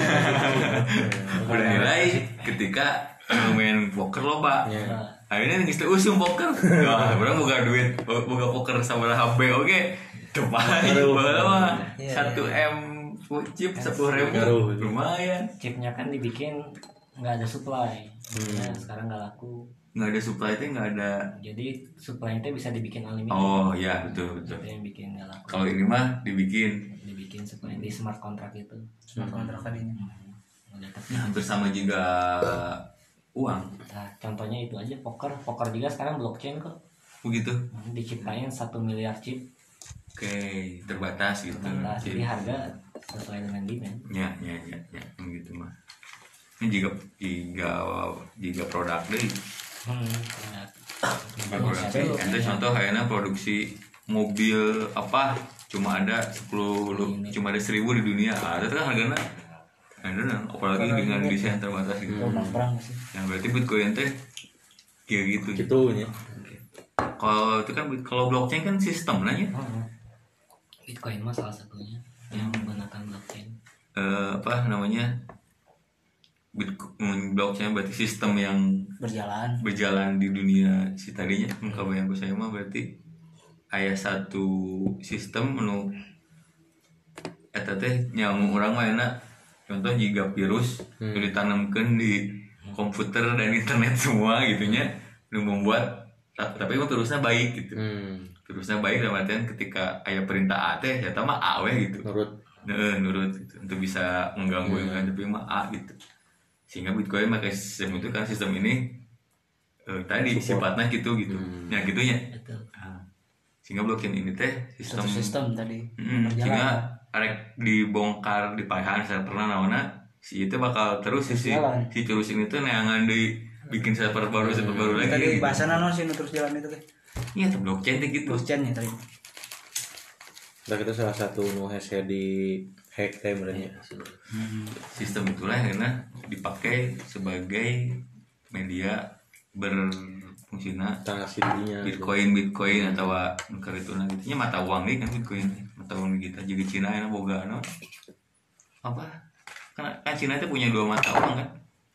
bernilai ketika lu main poker loba. Ya. Nah, Akhirnya geus teu usum poker. Wah, urang boga duit, boga poker sabaraha H B oge. Tepai baheula mah satu M chip sepuluh ribu Ngaruh. lumayan. chipnya kan dibikin nggak ada supply. Ya, sekarang nggak laku. Nggak ada supply itu nggak ada. Jadi supply itu bisa dibikin unlimited. Oh ya betul betul. Itu yang bikin nggak laku. Kalau ini mah dibikin Dibikin supply di smart contract itu. Smart contract tadinya. Udah ya, tapi. hampir sama juga uang Nah, contohnya itu aja poker. Poker juga sekarang blockchain kok. begitu. Diciptain satu miliar chip. Oke, terbatas gitu. Nah, Chip. jadi harga sesuai dengan demand. Ya, ya, ya, ya, begitu mah. Ini jika jika jika produk deh, Hmm, benar. produksi. Ente contoh kayaknya produksi mobil apa cuma ada sepuluh cuma ada seribu di dunia. Ada kan harganya. Ada apalagi dengan desain terbatas gitu. Perang sih. Yang berarti Bitcoin teh kayak gitu. Gitu ya. Kalau itu kan kalau blockchain kan sistem nanya. Hmm. Bitcoin mah salah satunya yang menggunakan blockchain. Eh, apa namanya? Bitcoin blockchain berarti sistem yang Berjalan. berjalan di dunia si tadinya kalau yang saya mah berarti ayah satu sistem menu eta teh nyamu urang mah enak. Contoh jika virus hmm. ditanamkan di komputer dan internet semua gitunya, nu membuat tapi emang virusnya baik gitu. Hmm. Virusnya baik dalam artian ketika aya perintah A teh eta mah A we gitu. Nurut. Heeh, nurut gitu. Untuk bisa mengganggu hmm. yang tapi mah A gitu. Sehingga Bitcoin pakai sistem itu kan sistem ini eh, tadi sifatnya gitu gitu. Hmm. Ya gitunya. Nah, sehingga blockchain ini teh sistem satu sistem tadi. Mm, sehingga arek dibongkar dipaehan serverna naonna si itu bakal terus si si, si terus ini tuh neangan di bikin server baru server baru lagi. Tadi gitu. bahasana naon sih terus jalan itu teh? Iya, tuh blockchain teh gitu. Blockchain ya tadi. Nah, itu salah satu nu hese di hack teh benernya. Hmm. Sistem itulah yang karena dipakai sebagai media berfungsina transaksi dirinya Bitcoin gitu. Bitcoin atau nuker itu nah gitunya mata uang nih kan Bitcoin mata uang kita juga Cina yang boga no apa kan kan Cina itu punya dua mata uang kan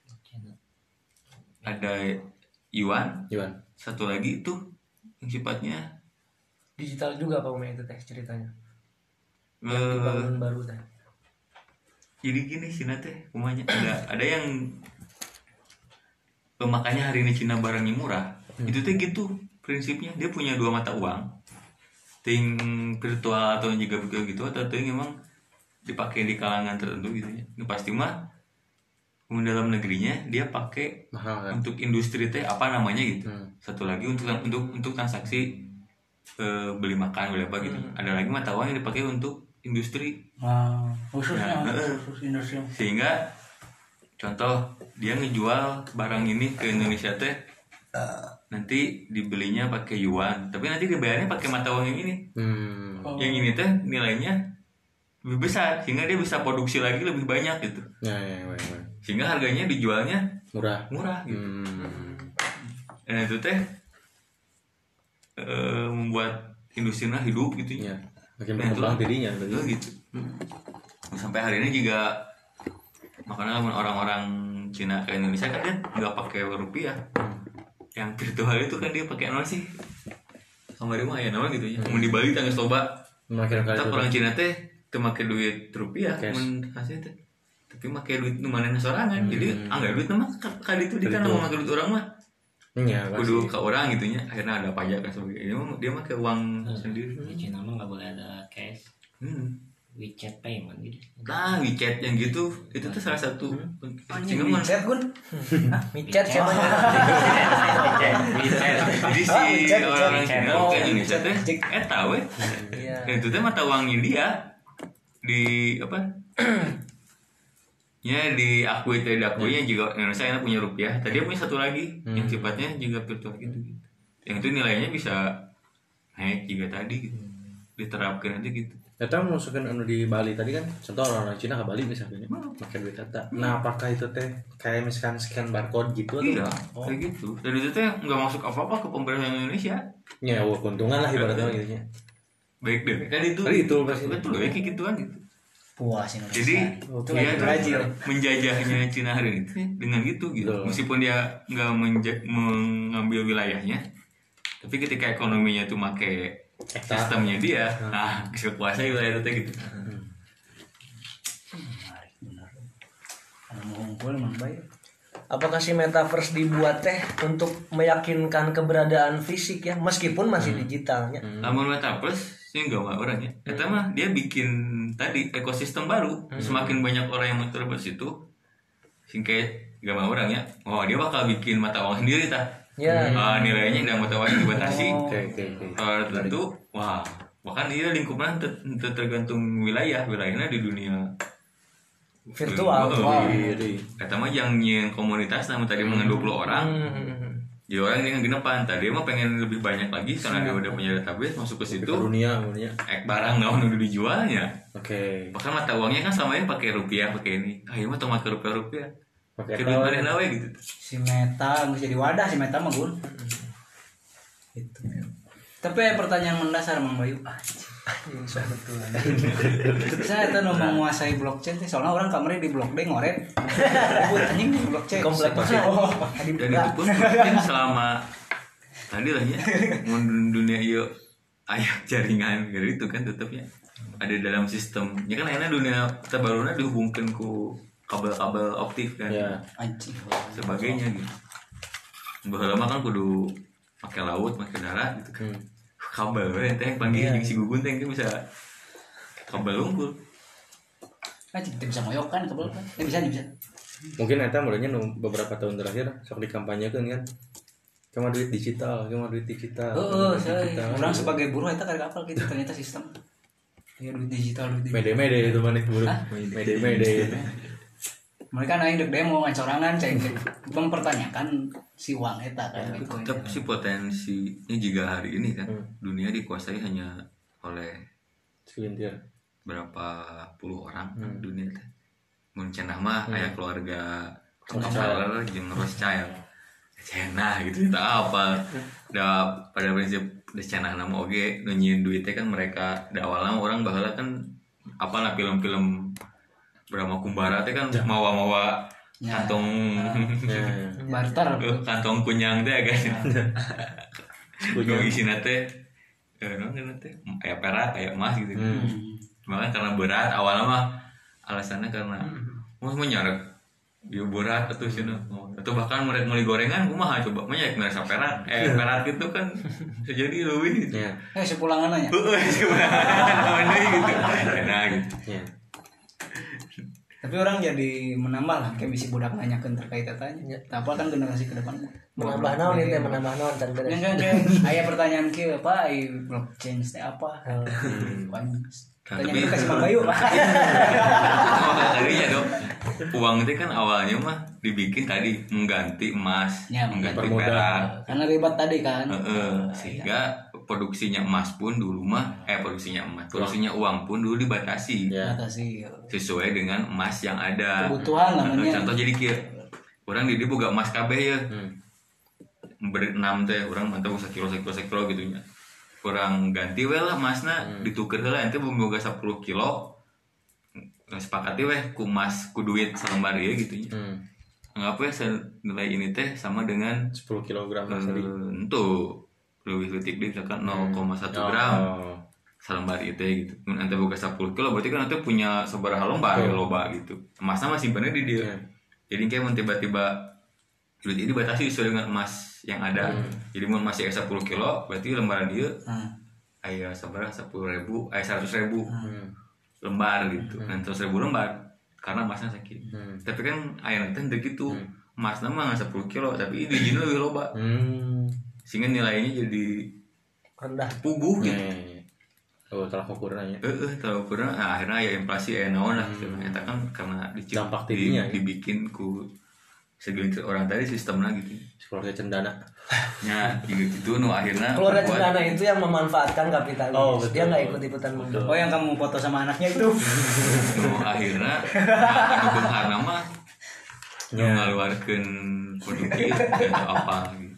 ada yuan yuan satu lagi itu yang sifatnya digital juga Pak Ume itu teh ceritanya yang uh, dibangun baru teh. Jadi gini Cina teh umumnya ada ada yang oh, makanya hari ini Cina barangnya murah hmm. itu teh gitu prinsipnya dia punya dua mata uang ting virtual atau juga gitu atau ting emang dipakai di kalangan tertentu gitu ya ini pasti mah dalam negerinya dia pakai mahal, kan? Untuk industri teh apa namanya gitu hmm. satu lagi untuk untuk untuk transaksi e, beli makan beli apa gitu hmm. ada lagi mata uang yang dipakai untuk industri ah, khususnya nah, khusus industri sehingga contoh dia ngejual barang ini ke Indonesia teh uh. nanti dibelinya pakai yuan tapi nanti dibayarnya pakai mata uang yang ini hmm. oh. yang ini teh nilainya lebih besar sehingga dia bisa produksi lagi lebih banyak gitu ya, ya, ya, ya. Sehingga harganya dijualnya murah murah gitu hmm. dan itu teh e, membuat industrinya hidup gitu ya makin berkembang dirinya gitu hmm. sampai hari ini juga makanya orang-orang Cina ke Indonesia kan dia nggak pakai rupiah yang virtual itu kan dia pakai apa sih kemarin mah ya nama gitu ya mau di Bali tangga coba kita orang Cina teh itu pakai duit rupiah mun hasil teh tapi pakai duit nu mana sorangan hmm. jadi anggar duit nama kali itu dia kan mau pakai duit orang mah ya, kudu ke orang gitunya akhirnya ada pajak dan sebagainya dia pakai uang hmm. sendiri di Cina mah nggak boleh ada cash hmm. WeChat payment gitu nah WeChat yang gitu itu tuh salah satu hmm. Cina mah WeChat gun WeChat siapa WeChat jadi si orang Cina ke Indonesia teh eh tahu ya itu teh mata uangnya dia di apa ya diakui tidak diakuinya juga Indonesia yang punya rupiah tadi dia punya satu lagi hmm. yang sifatnya juga virtual gitu, gitu yang itu nilainya bisa naik juga tadi gitu diterapkan aja gitu kita masukkan anu di Bali tadi kan contoh orang Cina ke Bali misalnya pakai duit kata nah apakah itu teh kayak misalkan scan barcode gitu iya atau? Kayak gitu dan itu teh nggak masuk apa-apa ke pemerintah Indonesia ya wah keuntungan lah ibaratnya gitu nya baik deh kan itu kan itu pasti betul ya kayak gituan gitu puas Indonesia. Jadi dia menjajahnya Cina hari ini dengan gitu gitu. Betul. Meskipun dia nggak menja- mengambil wilayahnya, tapi ketika ekonominya tuh make sistemnya dia, hmm. nah bisa kuasai wilayah itu gitu. Hmm. Benar. Mau ngumpul emang baik. Apakah si metaverse dibuat teh untuk meyakinkan keberadaan fisik ya, meskipun masih hmm. digitalnya? Namun hmm. metaverse sih enggak mah orangnya. Eta mah dia bikin tadi ekosistem baru. Hmm. Semakin banyak orang yang terlibat situ, singkat enggak mah orangnya. Oh, dia bakal bikin mata uang sendiri tah. Ya. Yeah. Uh, nilainya dan mata uang dibatasi. Oke, oke, oke. Kalau tentu, wah, bahkan dia lingkupnya ter- ter- tergantung wilayah, wilayahnya di dunia virtual. Oh, kata mah yang nyin komunitas namun tadi mengen dua puluh orang. Hmm. Dia orang dengan genepan tadi mah pengen lebih banyak lagi karena dia udah punya database masuk ke situ. Ke dunia, dunia. Ek barang naon udah dijualnya. Oke. Okay. Bahkan mata uangnya kan selama ini pakai rupiah, pakai ini. Ah, iya mah tomat ke rupiah-rupiah. Pakai duit mana nawe gitu. Si Meta nggak jadi wadah si Meta mah gun. Itu. Tapi pertanyaan mendasar Mang Bayu. Yang sudah betul. Saya tuh mau menguasai blockchain sih, soalnya orang kamarnya di blockchain ngoret. Ribut anjing di blockchain. Komplek pasti. Oh, dan itu pun mungkin selama tadi lah ya, dunia iyo ayah jaringan gitu itu kan tetapnya. ada dalam sistem ya kan akhirnya dunia terbarunya dihubungkan ku kabel-kabel optik kan ya. sebagainya gitu bahwa lama kan kudu pakai laut pakai darat gitu kan hmm. kabel we teh panggil yeah. si gugun teh bisa kabel unggul ah kita bisa moyok kan kabel kan eh, bisa bisa mungkin eta mulanya beberapa tahun terakhir sok dikampanyekeun kan cuma duit digital cuma duit digital oh, oh saya orang sebagai buruh eta karek apal gitu ternyata sistem ya duit digital duit digital mede-mede itu manik buruh mede-mede mereka naik dek demo ngacorangan cek mempertanyakan si uang eta kan Bitcoin tetap si potensinya juga hari ini kan hmm. dunia dikuasai hanya oleh segelintir berapa puluh orang hmm. dunia teh mun cenah mah hmm. aya keluarga Rockefeller jeung Rothschild cenah gitu tak apa da pada prinsip da cenah nama oge nu nyieun duit teh kan mereka da awalna orang baheula kan apalah film-film Brahma Kumbara teh kan mawa-mawa ya. Kantong ya. Barter kantong kunyang teh kan kunyang isina teh eh non teh aya perak aya emas gitu hmm. Makanya karena berat awalnya mah alasannya karena mau hmm. menyaret dia berat atau sih atau bahkan mereka mau gorengan kumaha coba banyak mereka perak eh perak gitu kan jadi lebih gitu. Ya. Eh sepulangan aja. Heeh, sepulangan gitu. Nah gitu. Ya. Tapi orang jadi menambah lah kayak bisa budak nanyakan terkait katanya. Apa kan generasi ke depan menambah naon itu menambah naon kan beres. Yang kan aya pertanyaan kieu apa ai blockchain teh apa? Tanya kasih Mang Bayu. Tadinya dong. Uang itu kan awalnya mah dibikin tadi mengganti emas, ya, mengganti perak. Karena ribet tadi kan. Heeh, sehingga produksinya emas pun dulu mah eh produksinya emas, produksinya uang pun dulu dibatasi. Ya. Batasi. Sesuai dengan emas yang ada. Kebutuhan namanya. Contoh jadi kieu. Orang di dia boga emas kabeh ya. Hmm. Beri enam teh, orang mantap usah kilo sekilo sekilo gitu nya. Kurang ganti we lah emasna hmm. dituker heula ente boga sepuluh kilo. Sepakati weh ku emas ku duit salembar ieu gitu nya. Hmm. Anggap we nilai ini teh sama dengan sepuluh kilogram emas tadi. Entu leuwih leutik deui misalkan nol koma satu gram. Oh. Salembar ieu teh gitu. Mun ente boga sepuluh kilo berarti kan ente punya sabaraha lembar oh. loba gitu. Emasna mah simpennya di dieu. Hmm. Jadi kayak mun tiba-tiba duit ini dibatasi sesuai dengan emas yang ada. Hmm. Jadi mun masih sepuluh kilo berarti lembaran dia hmm. aya sabaraha sepuluh ribu, aya seratus ribu hmm. lembar gitu. Hmm. Kan seratus ribu lembar karena emasnya sakit. Hmm. Tapi kan aya nanti teh gitu. Hmm. Emasna mah sepuluh kilo tapi dijinya lebih loba. Hmm. Sehingga nilainya jadi rendah, puguh gitu. Hmm. Oh, telah ukurnya ya. Heeh, telah ukurnya nah, akhirnya ya inflasi aya naon lah gitu. Hmm. Eta kan karena dampak di, tidinya di, dibikin ku segelintir orang tadi sistemnya gitu. Keluarga cendana. Ya, gitu nu akhirnya keluarga cendana itu yang memanfaatkan kapitalis. Oh, dia enggak ikut-ikutan. Oh, yang kamu foto sama anaknya itu. Nu akhirnya dukung harna mah ngaluarkeun produktif atau apa gitu.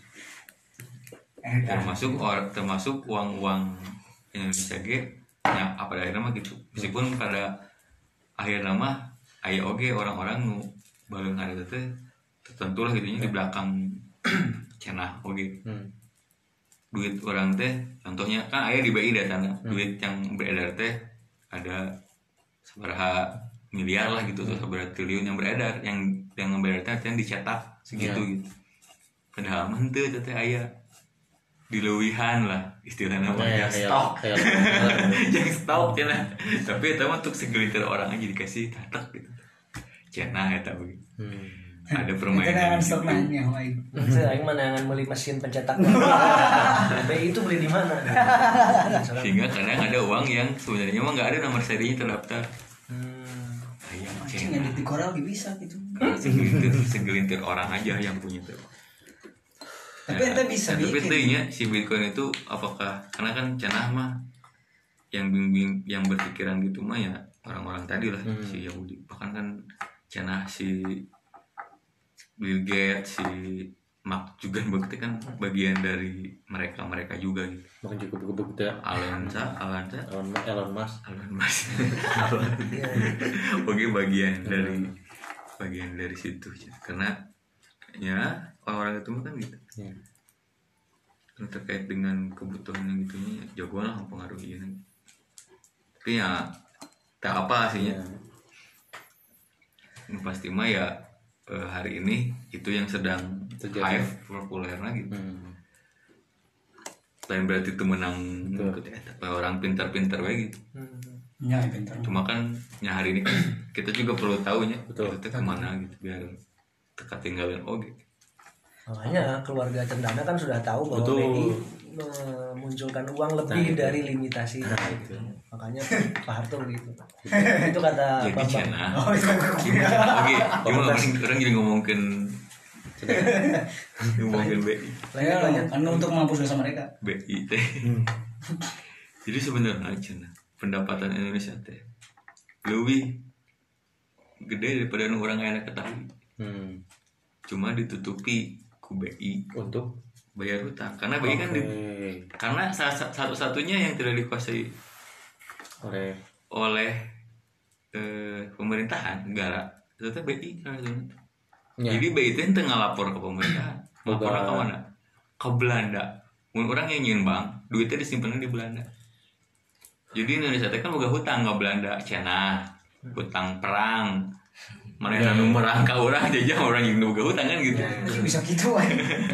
Termasuk termasuk uang-uang Indonesia ge ya apa akhirnya mah gitu. Meskipun pada akhirnya mah aya oge orang-orang nu baleung hareup teh tertentu lah gitunya di belakang cenah oge. Hmm. Duit orang teh contohnya kan aya di B I datana hmm. duit yang beredar teh ada sabaraha miliar lah gitu, hmm. sabaraha triliun yang beredar, yang yang beredar teh yang dicetak segitu yeah. gitu. Padahal mah teu teh aya dileuwihan lah istilahnya mah ya stok. Yang stok cenah. Tapi eta mah untuk segelintir orang aja dikasih tatak gitu. Cenah eta begitu. Hmm. Ada permainan stok nanya lain. Saya mana yang beli mesin pencetak. B I itu beli di mana? Sehingga kadang ada uang yang sebenarnya mah enggak ada nomor serinya terdaftar. Hmm. Ayam cing yang di Korea bisa gitu. Segelintir, segelintir orang aja yang punya itu. Tapi ente bisa bikin. Tapi intinya si Bitcoin itu apakah karena kan cenah mah yang bimbing yang berpikiran gitu mah ya orang-orang tadi lah hmm. si Yahudi. Bahkan kan cenah si Bill Gates, si Mark juga berarti kan bagian dari mereka-mereka juga gitu. Makin cukup cukup ya. Alanza, Alanza, Elon Elon Musk, Elon Musk. Oke bagian dari bagian dari situ karena ya orang-orang itu kan gitu. Ya. Terkait dengan kebutuhan yang gitunya jagoan lah mempengaruhi ini. tapi ya tak apa hasilnya. Yang pasti mah ya eh, hari ini itu yang sedang Terjadi. hype populer lagi gitu. Hmm. Lain berarti itu menang orang pintar-pintar lagi gitu. Ya, pintar. Cuma kan ya hari ini kan kita juga perlu tahu nya Betul. itu kemana gitu biar teka tinggalin oke. Makanya keluarga Cendana kan sudah tahu bahwa Betul. B I memunculkan uang lebih Nah, dari limitasi. Nah, itu. Makanya Pak Harto gitu. Itu kata Jadi Bambang. Cina. Oh, itu Oke, cuma orang orang jadi ngomongin ngomongin B I. Lanjut, lanjut. kan untuk mampus dosa mereka. B I teh. Jadi sebenarnya Cina pendapatan Indonesia teh lebih gede daripada nu orang yang ketahui. Hmm. Cuma ditutupi ku B I Untuk bayar hutang karena B I kan di, Oke. karena salah satu-satunya yang tidak dikuasai oleh oleh eh, pemerintahan negara itu teh B I kan sebenarnya. Ya. Jadi B I itu tengah lapor ke pemerintahan. Lapor Boga. ke mana? Ke Belanda. Mun orang yang nyeun bank, duitnya disimpan di Belanda. Jadi Indonesia teh kan boga hutang ke Belanda, Cina, hutang perang. Mana yang anu merang ka urang jajah orang yang boga hutang kan gitu. Bisa gitu aja.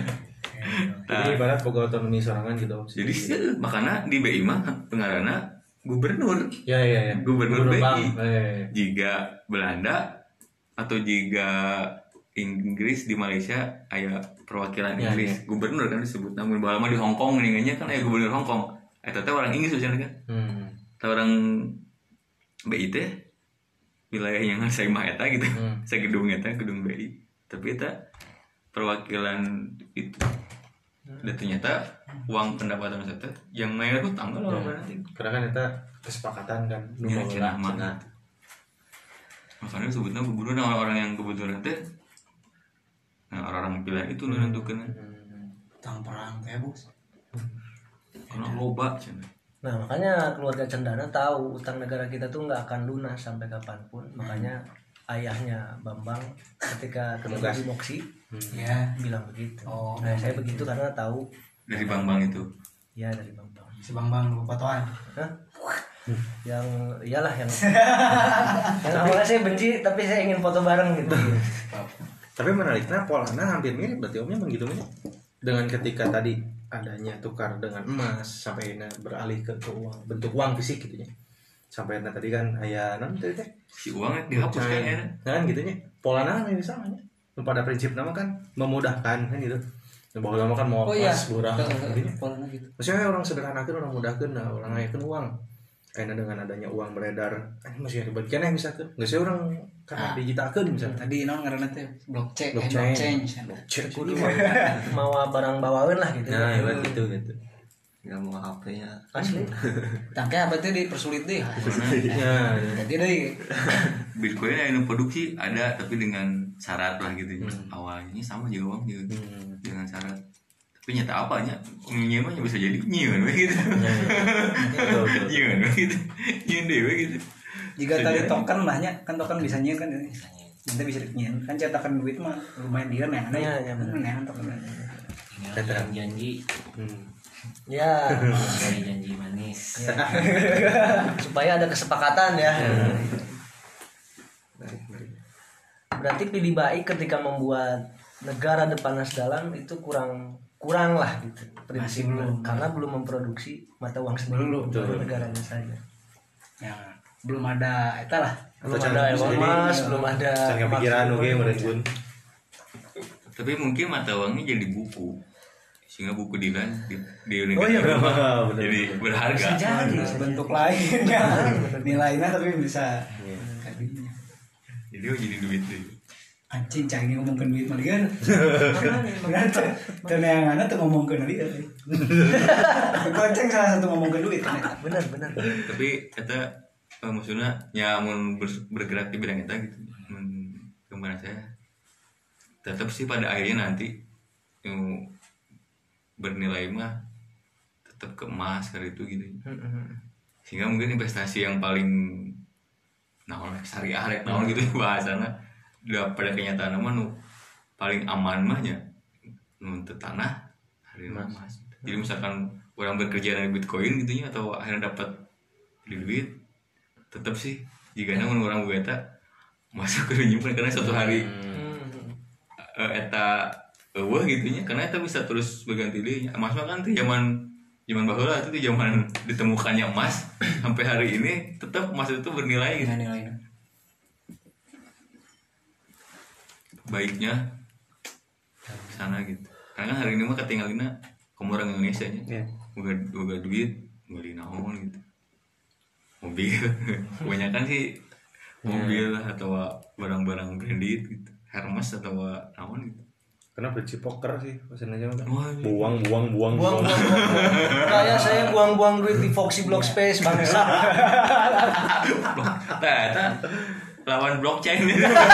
Jadi ibarat boga otonomi sorangan gitu. Jadi sih, makanya di B I mah pengarana gubernur. Ya ya ya. Gubernur B I. Bank. Eh. Jika Belanda atau jika Inggris di Malaysia aya perwakilan Ya, Inggris, gubernur kan disebut. Namun bahwa di Hong Kong ningannya kan aya gubernur Hong Kong. Eta teh orang Inggris biasanya kan. Hmm. Tah orang B I teh wilayah yang saya mah eta gitu. Hmm. Saya gedung eta gedung B I. Tapi eta perwakilan itu. Dan ternyata uang pendapatan itu yang mayar hutang kalau Ya. nanti. Karena kan kita kesepakatan kan. Ya, Lu Cina mau mah. Makanya sebutnya gubernur nah orang-orang yang kebetulan teh nah orang-orang pilihan itu menentukan Tang perang teh, Bos. karena loba Cina. Nah makanya keluarga Cendana tahu utang negara kita tuh nggak akan lunas sampai kapanpun. Makanya ayahnya Bambang ketika ketemu Penugas. di Moksi Ya. bilang begitu. Oh. Nah saya begitu karena tahu Dari Bambang itu. ya dari Bambang. Si Bang Bang lupa toan. Hah? Yang iyalah yang yang awalnya saya benci tapi saya ingin foto bareng gitu. Tapi menariknya polanya hampir mirip berarti omnya begitu nya. Dengan ketika tadi adanya tukar dengan emas sampai na beralih ke, ke uang bentuk uang fisik gitu nya. Sampai na tadi kan aya non tadi teh Si uangnya dihapuskan ya. kan gitu nya. Polana kan ini sama nya. Pada prinsip nama kan memudahkan kan gitu. Bahwa lama kan mau Oh iya. emas murah gitu nya. Polanya gitu. Maksudnya orang sederhanakan orang mudahkan nah orang ngayakeun uang. Karena dengan adanya uang beredar, ini masih ribet kan bisa tuh. Nggak sih orang karena Ah. digitalkan misalnya. Tadi non ngaranna teh blockchain, eh, Blockchain. blockchain. Cek Kudu mau barang bawaan lah gitu. Nah, ya gitu gitu. nggak mau H P-nya Asli. Tangke apa teh dipersulit deh. Ya, Jadi deh. Bitcoin yang produksi ada tapi dengan syarat lah gitu. Awalnya ini sama juga uang juga Hmm. dengan syarat. Tapi nyata apanya? Nyiun mah bisa jadi nyiun we gitu. Betul, betul. Nyiun we gitu. Nyiun dewe gitu. Jika tadi Sejadi. token lahnya kan token bisa nyiun kan ini. Nanti bisa nyiun. Kan cetakan duit mah lumayan dia nih. Iya, iya, benar. Nah, token. tinggal janji Hmm. Ya, dari janji manis ya. Supaya ada kesepakatan ya. Berarti pilih baik ketika membuat negara depan dalam itu kurang kurang lah gitu Masih prinsipnya. belum. Karena belum memproduksi mata uang sendiri Belum, untuk betul. negaranya saja. Ya, belum ada eta lah. Belum Atau ada jangan Elon jadi- Musk, belum ada Jangan kepikiran Mark oke Zuckerberg. meren pun. Tapi mungkin mata uangnya jadi buku. Sehingga buku Dilan di, di Oh iya, negara benar. mah jadi berharga. Bisa jadi. Ada bentuk lainnya. Nilainya tapi bisa Iya. tadinya. Jadi oh jadi duit deh. Anjing cai ngomongkeun duit mah kan. Berarti teneanganna tuh ngomongkeun duit. Goceng salah satu ngomongkeun duit kan. Benar, benar. Tapi kata eh, maksudnya ya mun ber- bergerak di bidang itu gitu. Men, kemana saya tetap sih pada akhirnya nanti yang bernilai mah tetap ke emas kali itu gitu. Sehingga mungkin investasi yang paling naon syariah rek naon gitu bahasana udah pada kenyataan mah nu paling aman mah nya nu teu tanah hari Emas. emas. Jadi misalkan orang bekerja dari Bitcoin gitu nya atau akhirnya dapat beli duit tetap sih jika namun orang gue eta masuk ke nyimpen karena suatu hari uh, eta eueuh uh, gitunya karena eta bisa terus berganti deui emas mah kan tuh zaman zaman baheula itu tuh zaman ditemukannya emas sampai hari ini tetap emas itu bernilai gitu. Nilainya baiknya sana gitu karena hari ini mah ketinggalinnya kamu orang Indonesia nya yeah. boga boga duit beli naon gitu mobil kebanyakan sih mobil yeah. atau barang-barang branded gitu Hermes atau naon gitu karena beli poker sih pesan aja oh, buang buang buang buang buang kayak saya buang-buang duit di Foxy Block Space bangsa nah itu lawan blockchain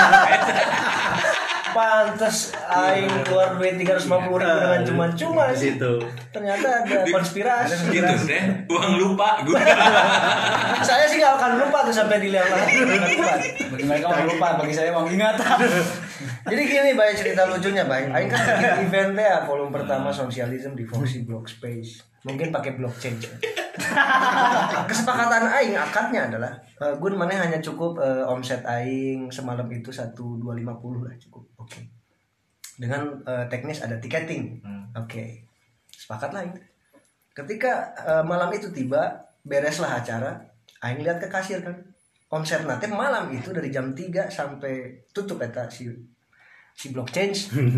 pantes aing keluar duit tiga ratus lima puluh ribu dengan cuma-cuma sih itu ternyata ada konspirasi gitu deh uang lupa gue saya sih gak akan lupa tuh sampai dilihat lagi bagi mereka mau lupa bagi saya mau ingatan. Jadi gini banyak cerita lucunya Bang. Aing kan bikin eventnya ya volume pertama sosialisme di Foxy Block Space mungkin pakai blockchain. Kesepakatan aing akadnya adalah uh, gun mana hanya cukup uh, omset aing semalam itu satu dua lima puluh lah cukup. Oke. Okay. Dengan uh, teknis ada tiketing. Hmm. Oke. Okay. Sepakat lah ini. Ketika uh, malam itu tiba, bereslah acara, aing lihat ke kasir kan. Omset nanti malam itu dari jam tiga sampai tutup eta si si blockchain.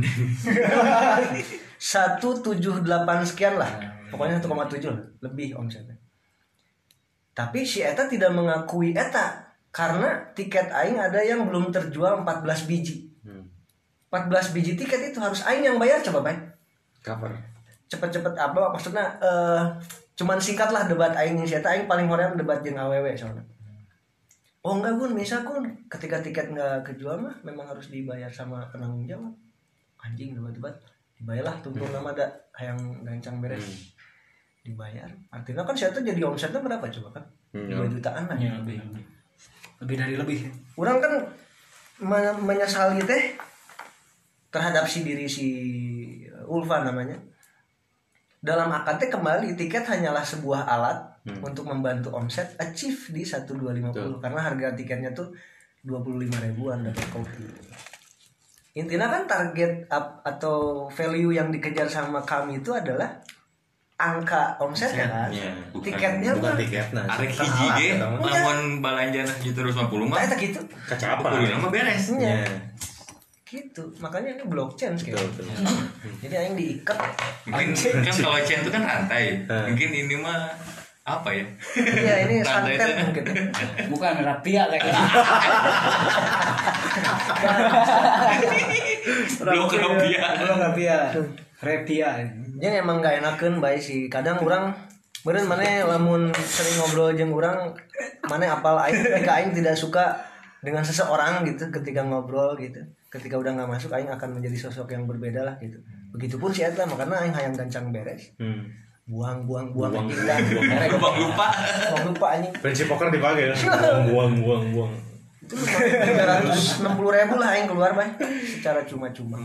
seratus tujuh puluh delapan sekian lah. Pokoknya satu koma tujuh lebih omsetnya. Tapi si eta tidak mengakui eta karena tiket aing ada yang belum terjual empat belas biji. empat belas biji tiket itu harus aing yang bayar coba Bang. Cover. Cepet-cepet apa maksudnya uh, cuman singkat lah debat aing si eta aing paling hoream debat jeung awewe soalnya. Oh enggak Gun, bisa Gun. Ketika tiket enggak kejual mah memang harus dibayar sama penanggung jawab. Anjing debat-debat. Dibayarlah tumpul nama ada yang gancang beres. Hmm. Dibayar. Artinya kan saya tuh jadi omsetnya berapa coba kan? dua jutaan lah. Ya, lebih. Lebih dari lebih. Orang kan men- menyesali teh terhadap si diri si Ulfa namanya. Dalam akadnya kembali tiket hanyalah sebuah alat hmm. untuk membantu omset achieve di satu dua lima nol karena harga tiketnya tuh dua puluh lima ribuan dapat kopi. Intinya kan target up atau value yang dikejar sama kami itu adalah angka omsetnya kan. Ya, bukan, tiketnya bukan mah tiketnya. Arek hiji ge lamun balanja sejuta dua ratus lima puluh mah. Eta gitu. Kacapa. Kudu mah beres. Iya. Gitu. Makanya ini blockchain gitu. Jadi aing diikat. Mungkin kan kalau chain itu kan rantai. Mungkin ini mah apa ya? Iya, ini santet mungkin. Bukan rapia kayak gitu. Blok rapia. Blok rapia. Rapia. Jadi emang gak enakeun bae sih. Kadang orang beureun maneh lamun sering ngobrol jeung urang, maneh apal aing ketika aing tidak suka dengan seseorang gitu ketika ngobrol gitu. Ketika udah nggak masuk aing akan menjadi sosok yang berbeda lah gitu. Begitupun si eta makanya aing hayang gancang beres. Hmm. Buang buang buang buang buang, buang, buang lupa. Buang lupa anjing. Prinsip poker dipakai ya. Buang buang buang buang. Itu tiga ratus enam puluh ribu lah aing keluar Bang secara cuma-cuma.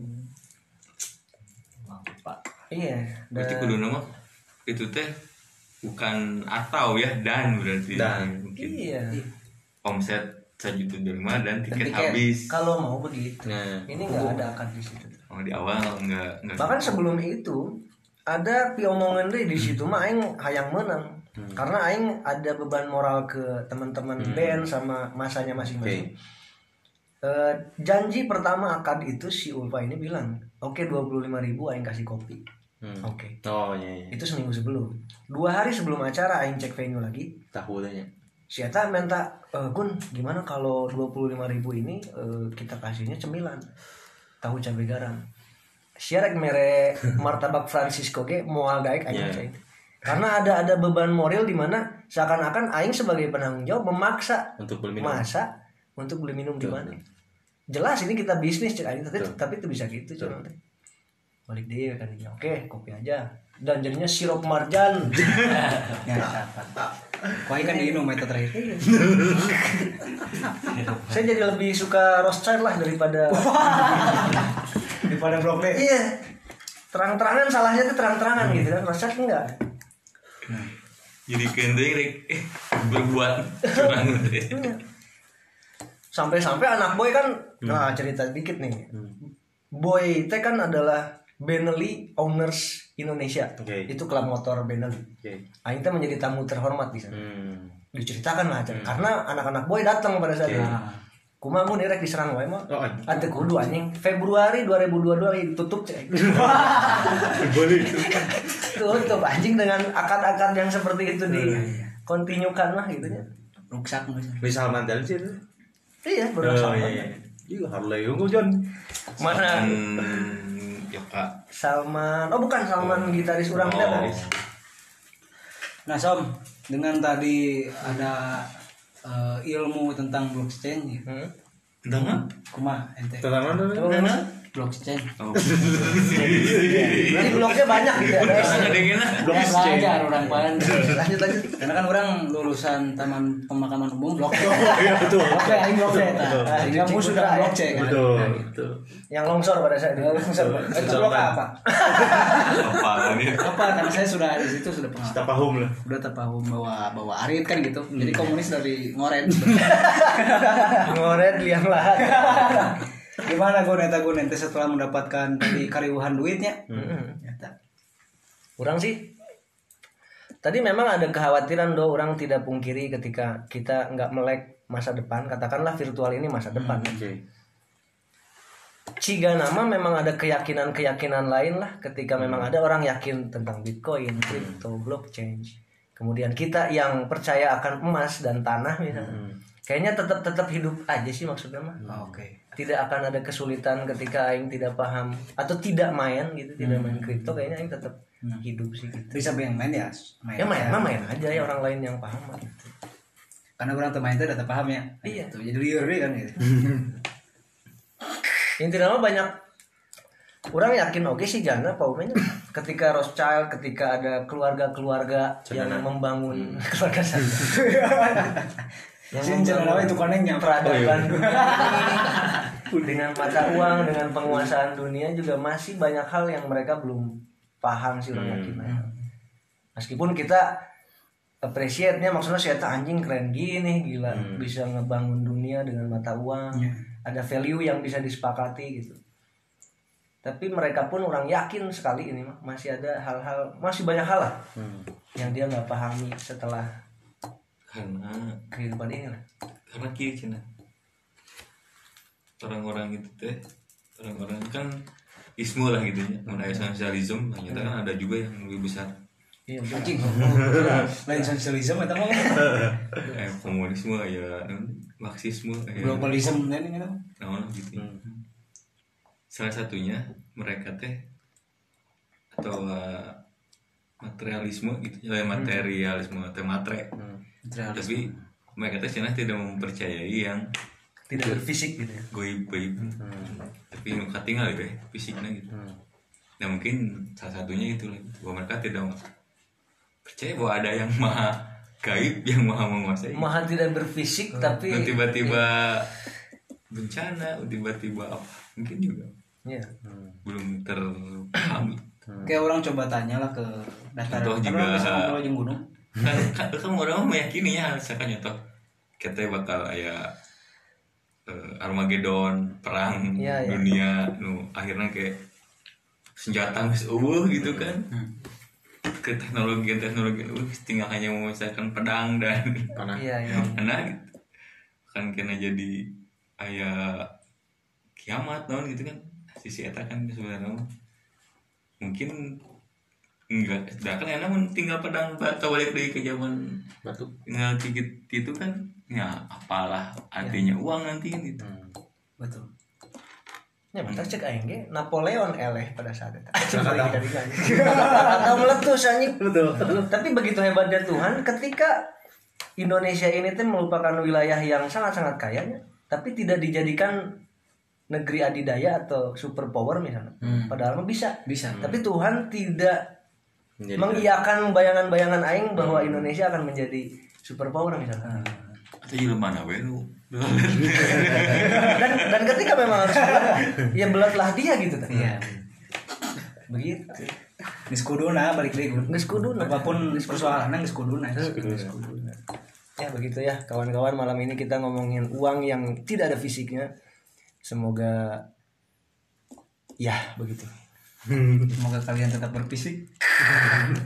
Lupa. Iya, berarti kudu nama itu teh bukan atau ya dan berarti dan mungkin. Iya. Omset sejuta lima dan tiket, tiket habis. Kalau mau begitu. Nah, ini nggak ada akad di situ. Oh di awal nggak nggak. Bahkan sebelum itu ada piomongan deh di situ mah aing hayang menang. Hmm. Karena aing ada beban moral ke teman-teman hmm. band sama masanya masing-masing. Okay. Uh, janji pertama akad itu si Ulfa ini bilang, oke okay, dua puluh lima ribu aing kasih kopi. Hmm. Oke. Okay. Oh iya, iya. Itu seminggu sebelum. Dua hari sebelum acara aing cek venue lagi. Tahunnya. Si Eta minta, e, Gun gimana kalau dua puluh lima ribu ini e, kita kasihnya cemilan tahu cabai garam. Siarek mere martabak Francisco ge moal daek aing yeah. Karena ada ada beban moral di mana seakan-akan aing sebagai penanggung jawab memaksa untuk beli minum. Masa untuk beli minum di mana. Jelas ini kita bisnis cek aing tapi tapi itu bisa gitu cuman. Balik dia kan dia. Oke, kopi aja. Dan jadinya sirup marjan. Ya, dapat. Kau kan diinum itu terakhir. Saya jadi lebih suka Rothschild lah daripada daripada Blok D. Iya. Terang-terangan salahnya tuh terang-terangan hmm. gitu kan. Rothschild enggak. Nah. jadi kendeng rek eh, berbuat curang gitu ya. Sampai-sampai anak boy kan, nah cerita dikit nih. Boy teh kan adalah Benelli Owners Indonesia. Oke. Itu klub motor Benelli. Oke. Aing teh menjadi tamu terhormat di sana. Hmm. Diceritakan lah hmm. karena anak-anak boy datang pada saat itu. Kumaha mun direk diserang wae mah. Oh, ante kudu anjing. Februari dua ribu dua puluh dua ditutup cek. boleh Tutup anjing dengan akad-akad yang seperti itu di kontinukan lah gitu nya. Rusak misal mantel sih itu Iya, benar oh, sama. iya. Juga Harley Ungu John. Mana? Hmm, ya Kak. Salman. Oh bukan Salman, gitaris urang teh. Oh. Nah Som, dengan tadi ada uh, ilmu tentang blockchain ya. Hmm? Tentang Kumaha ente? Tentang mana? mana? Blockchain. Oh. Berarti blognya banyak gitu ada. Ada yang enak. Belajar orang pan. Lanjut lanjut. Karena kan orang lulusan Taman Pemakaman Umum Blok C. Iya betul. Blok C, aing Blok C eta. Betul. Sehingga mu sudah Blok C kan. Betul. Nah, gitu. Yang longsor pada saat itu. Longsor. Itu blok apa? Apa nih? Apa? Karena saya sudah di situ sudah pengalaman. Kita paham lah. Udah terpaham bahwa bahwa Arit kan gitu. Jadi komunis dari Ngoren. Ngoret liang lahat. Gimana gue neta gue nanti setelah mendapatkan tadi kariuhan duitnya? Nyata. Orang sih tadi memang ada kekhawatiran do orang tidak pungkiri ketika kita nggak melek masa depan, katakanlah virtual ini masa depan. Oke. Okay. Ciga nama memang ada keyakinan-keyakinan lain lah ketika memang ada orang yakin tentang Bitcoin, crypto, blockchain. Kemudian kita yang percaya akan emas dan tanah misalnya. Hmm. Kayaknya tetap tetap hidup aja sih maksudnya mah. Oh, Oke. Okay. Tidak akan ada kesulitan ketika aing tidak paham atau tidak main gitu, hmm. tidak main kripto, kayaknya aing tetap hmm. hidup sih gitu. Bisa yang main ya? Main ya main, ya. main aja ya orang lain yang paham gitu. Karena orang teman itu udah paham ya. Iya. Tuh, jadi liar deh kan gitu. Intinya banyak orang yakin oke okay sih jana paumenya ketika Rothschild, ketika ada keluarga-keluarga yang membangun hmm. keluarga saya. Yang jalan itu konengnya peradaban dunia dengan mata uang, dengan penguasaan dunia juga masih banyak hal yang mereka belum paham sih orang yakin. Hmm. Meskipun kita appreciate-nya maksudnya saya anjing keren gini gila hmm. bisa ngebangun dunia dengan mata uang, yeah. ada value yang bisa disepakati gitu. Tapi mereka pun orang yakin sekali ini mah masih ada hal-hal, masih banyak hal lah hmm. yang dia nggak pahami setelah karena kehidupan ini lah. Karena kiri Cina orang-orang itu teh orang-orang kan ismu lah gitu ya, mengenai sosialisme ternyata kan ada juga yang lebih besar. Iya, anjing. Lain sosialisme eta mah. Eh komunisme ya, marxisme ya. Globalisme kan gitu. Nah, gitu. Hmm. Salah satunya mereka teh atau uh, materialisme gitu ya, materialisme atau matre. Hmm. Tapi mereka teh Cina tidak mempercayai yang tidak berfisik gitu ya. Goib-goib. Hmm. Tapi mereka tinggal deh fisiknya gitu. Hmm. Nah mungkin salah satunya itu bahwa mereka tidak percaya bahwa ada yang maha gaib, yang maha menguasai. Maha tidak berfisik hmm. tapi dan tiba-tiba bencana, tiba-tiba apa mungkin juga. Ya. Hmm. Belum terpahami. Hmm. Kayak orang coba tanya lah ke dataran. Contoh juga bisa ngobrol jeung gunung. Kan kan, kan orang meyakini ya misalkan contoh kita bakal aya uh, Armageddon, perang ya, ya. dunia nu akhirnya kayak senjata geus eueuh gitu kan. Hmm. Ke teknologi-teknologi uh, tinggal hanya memisahkan pedang dan panah. Iya, iya. Panah gitu. Kan kena jadi aya kiamat naon gitu kan. Sisi eta kan sebenarnya mungkin enggak, dah kan enak tinggal pedang batu balik lagi ke zaman batu tinggal dikit itu kan ya apalah artinya ya. Uang nanti gitu. Hmm. Betul. Ya mata cek aing ge Napoleon eleh pada saat itu. Atau meletus anjing. Betul. Tapi begitu hebatnya Tuhan ketika Indonesia ini tuh merupakan wilayah yang sangat-sangat kayanya, tapi tidak dijadikan negeri adidaya atau superpower misalnya. Hmm. Padahal mah bisa. Bisa. Tapi Tuhan tidak menjadi mengiyakan bayangan-bayangan aing bahwa hmm. Indonesia akan menjadi superpower misalnya. Hmm. Atau juga mana we lu. dan dan ketika memang harus belat, ya belatlah dia gitu kan. Iya. Begitu. Geus kuduna balik deui Gun. Geus kuduna. Apapun persoalanna geus kuduna. Geus kuduna. Ya begitu ya kawan-kawan, malam ini kita ngomongin uang yang tidak ada fisiknya. Semoga ya begitu. Semoga kalian tetap berfisik.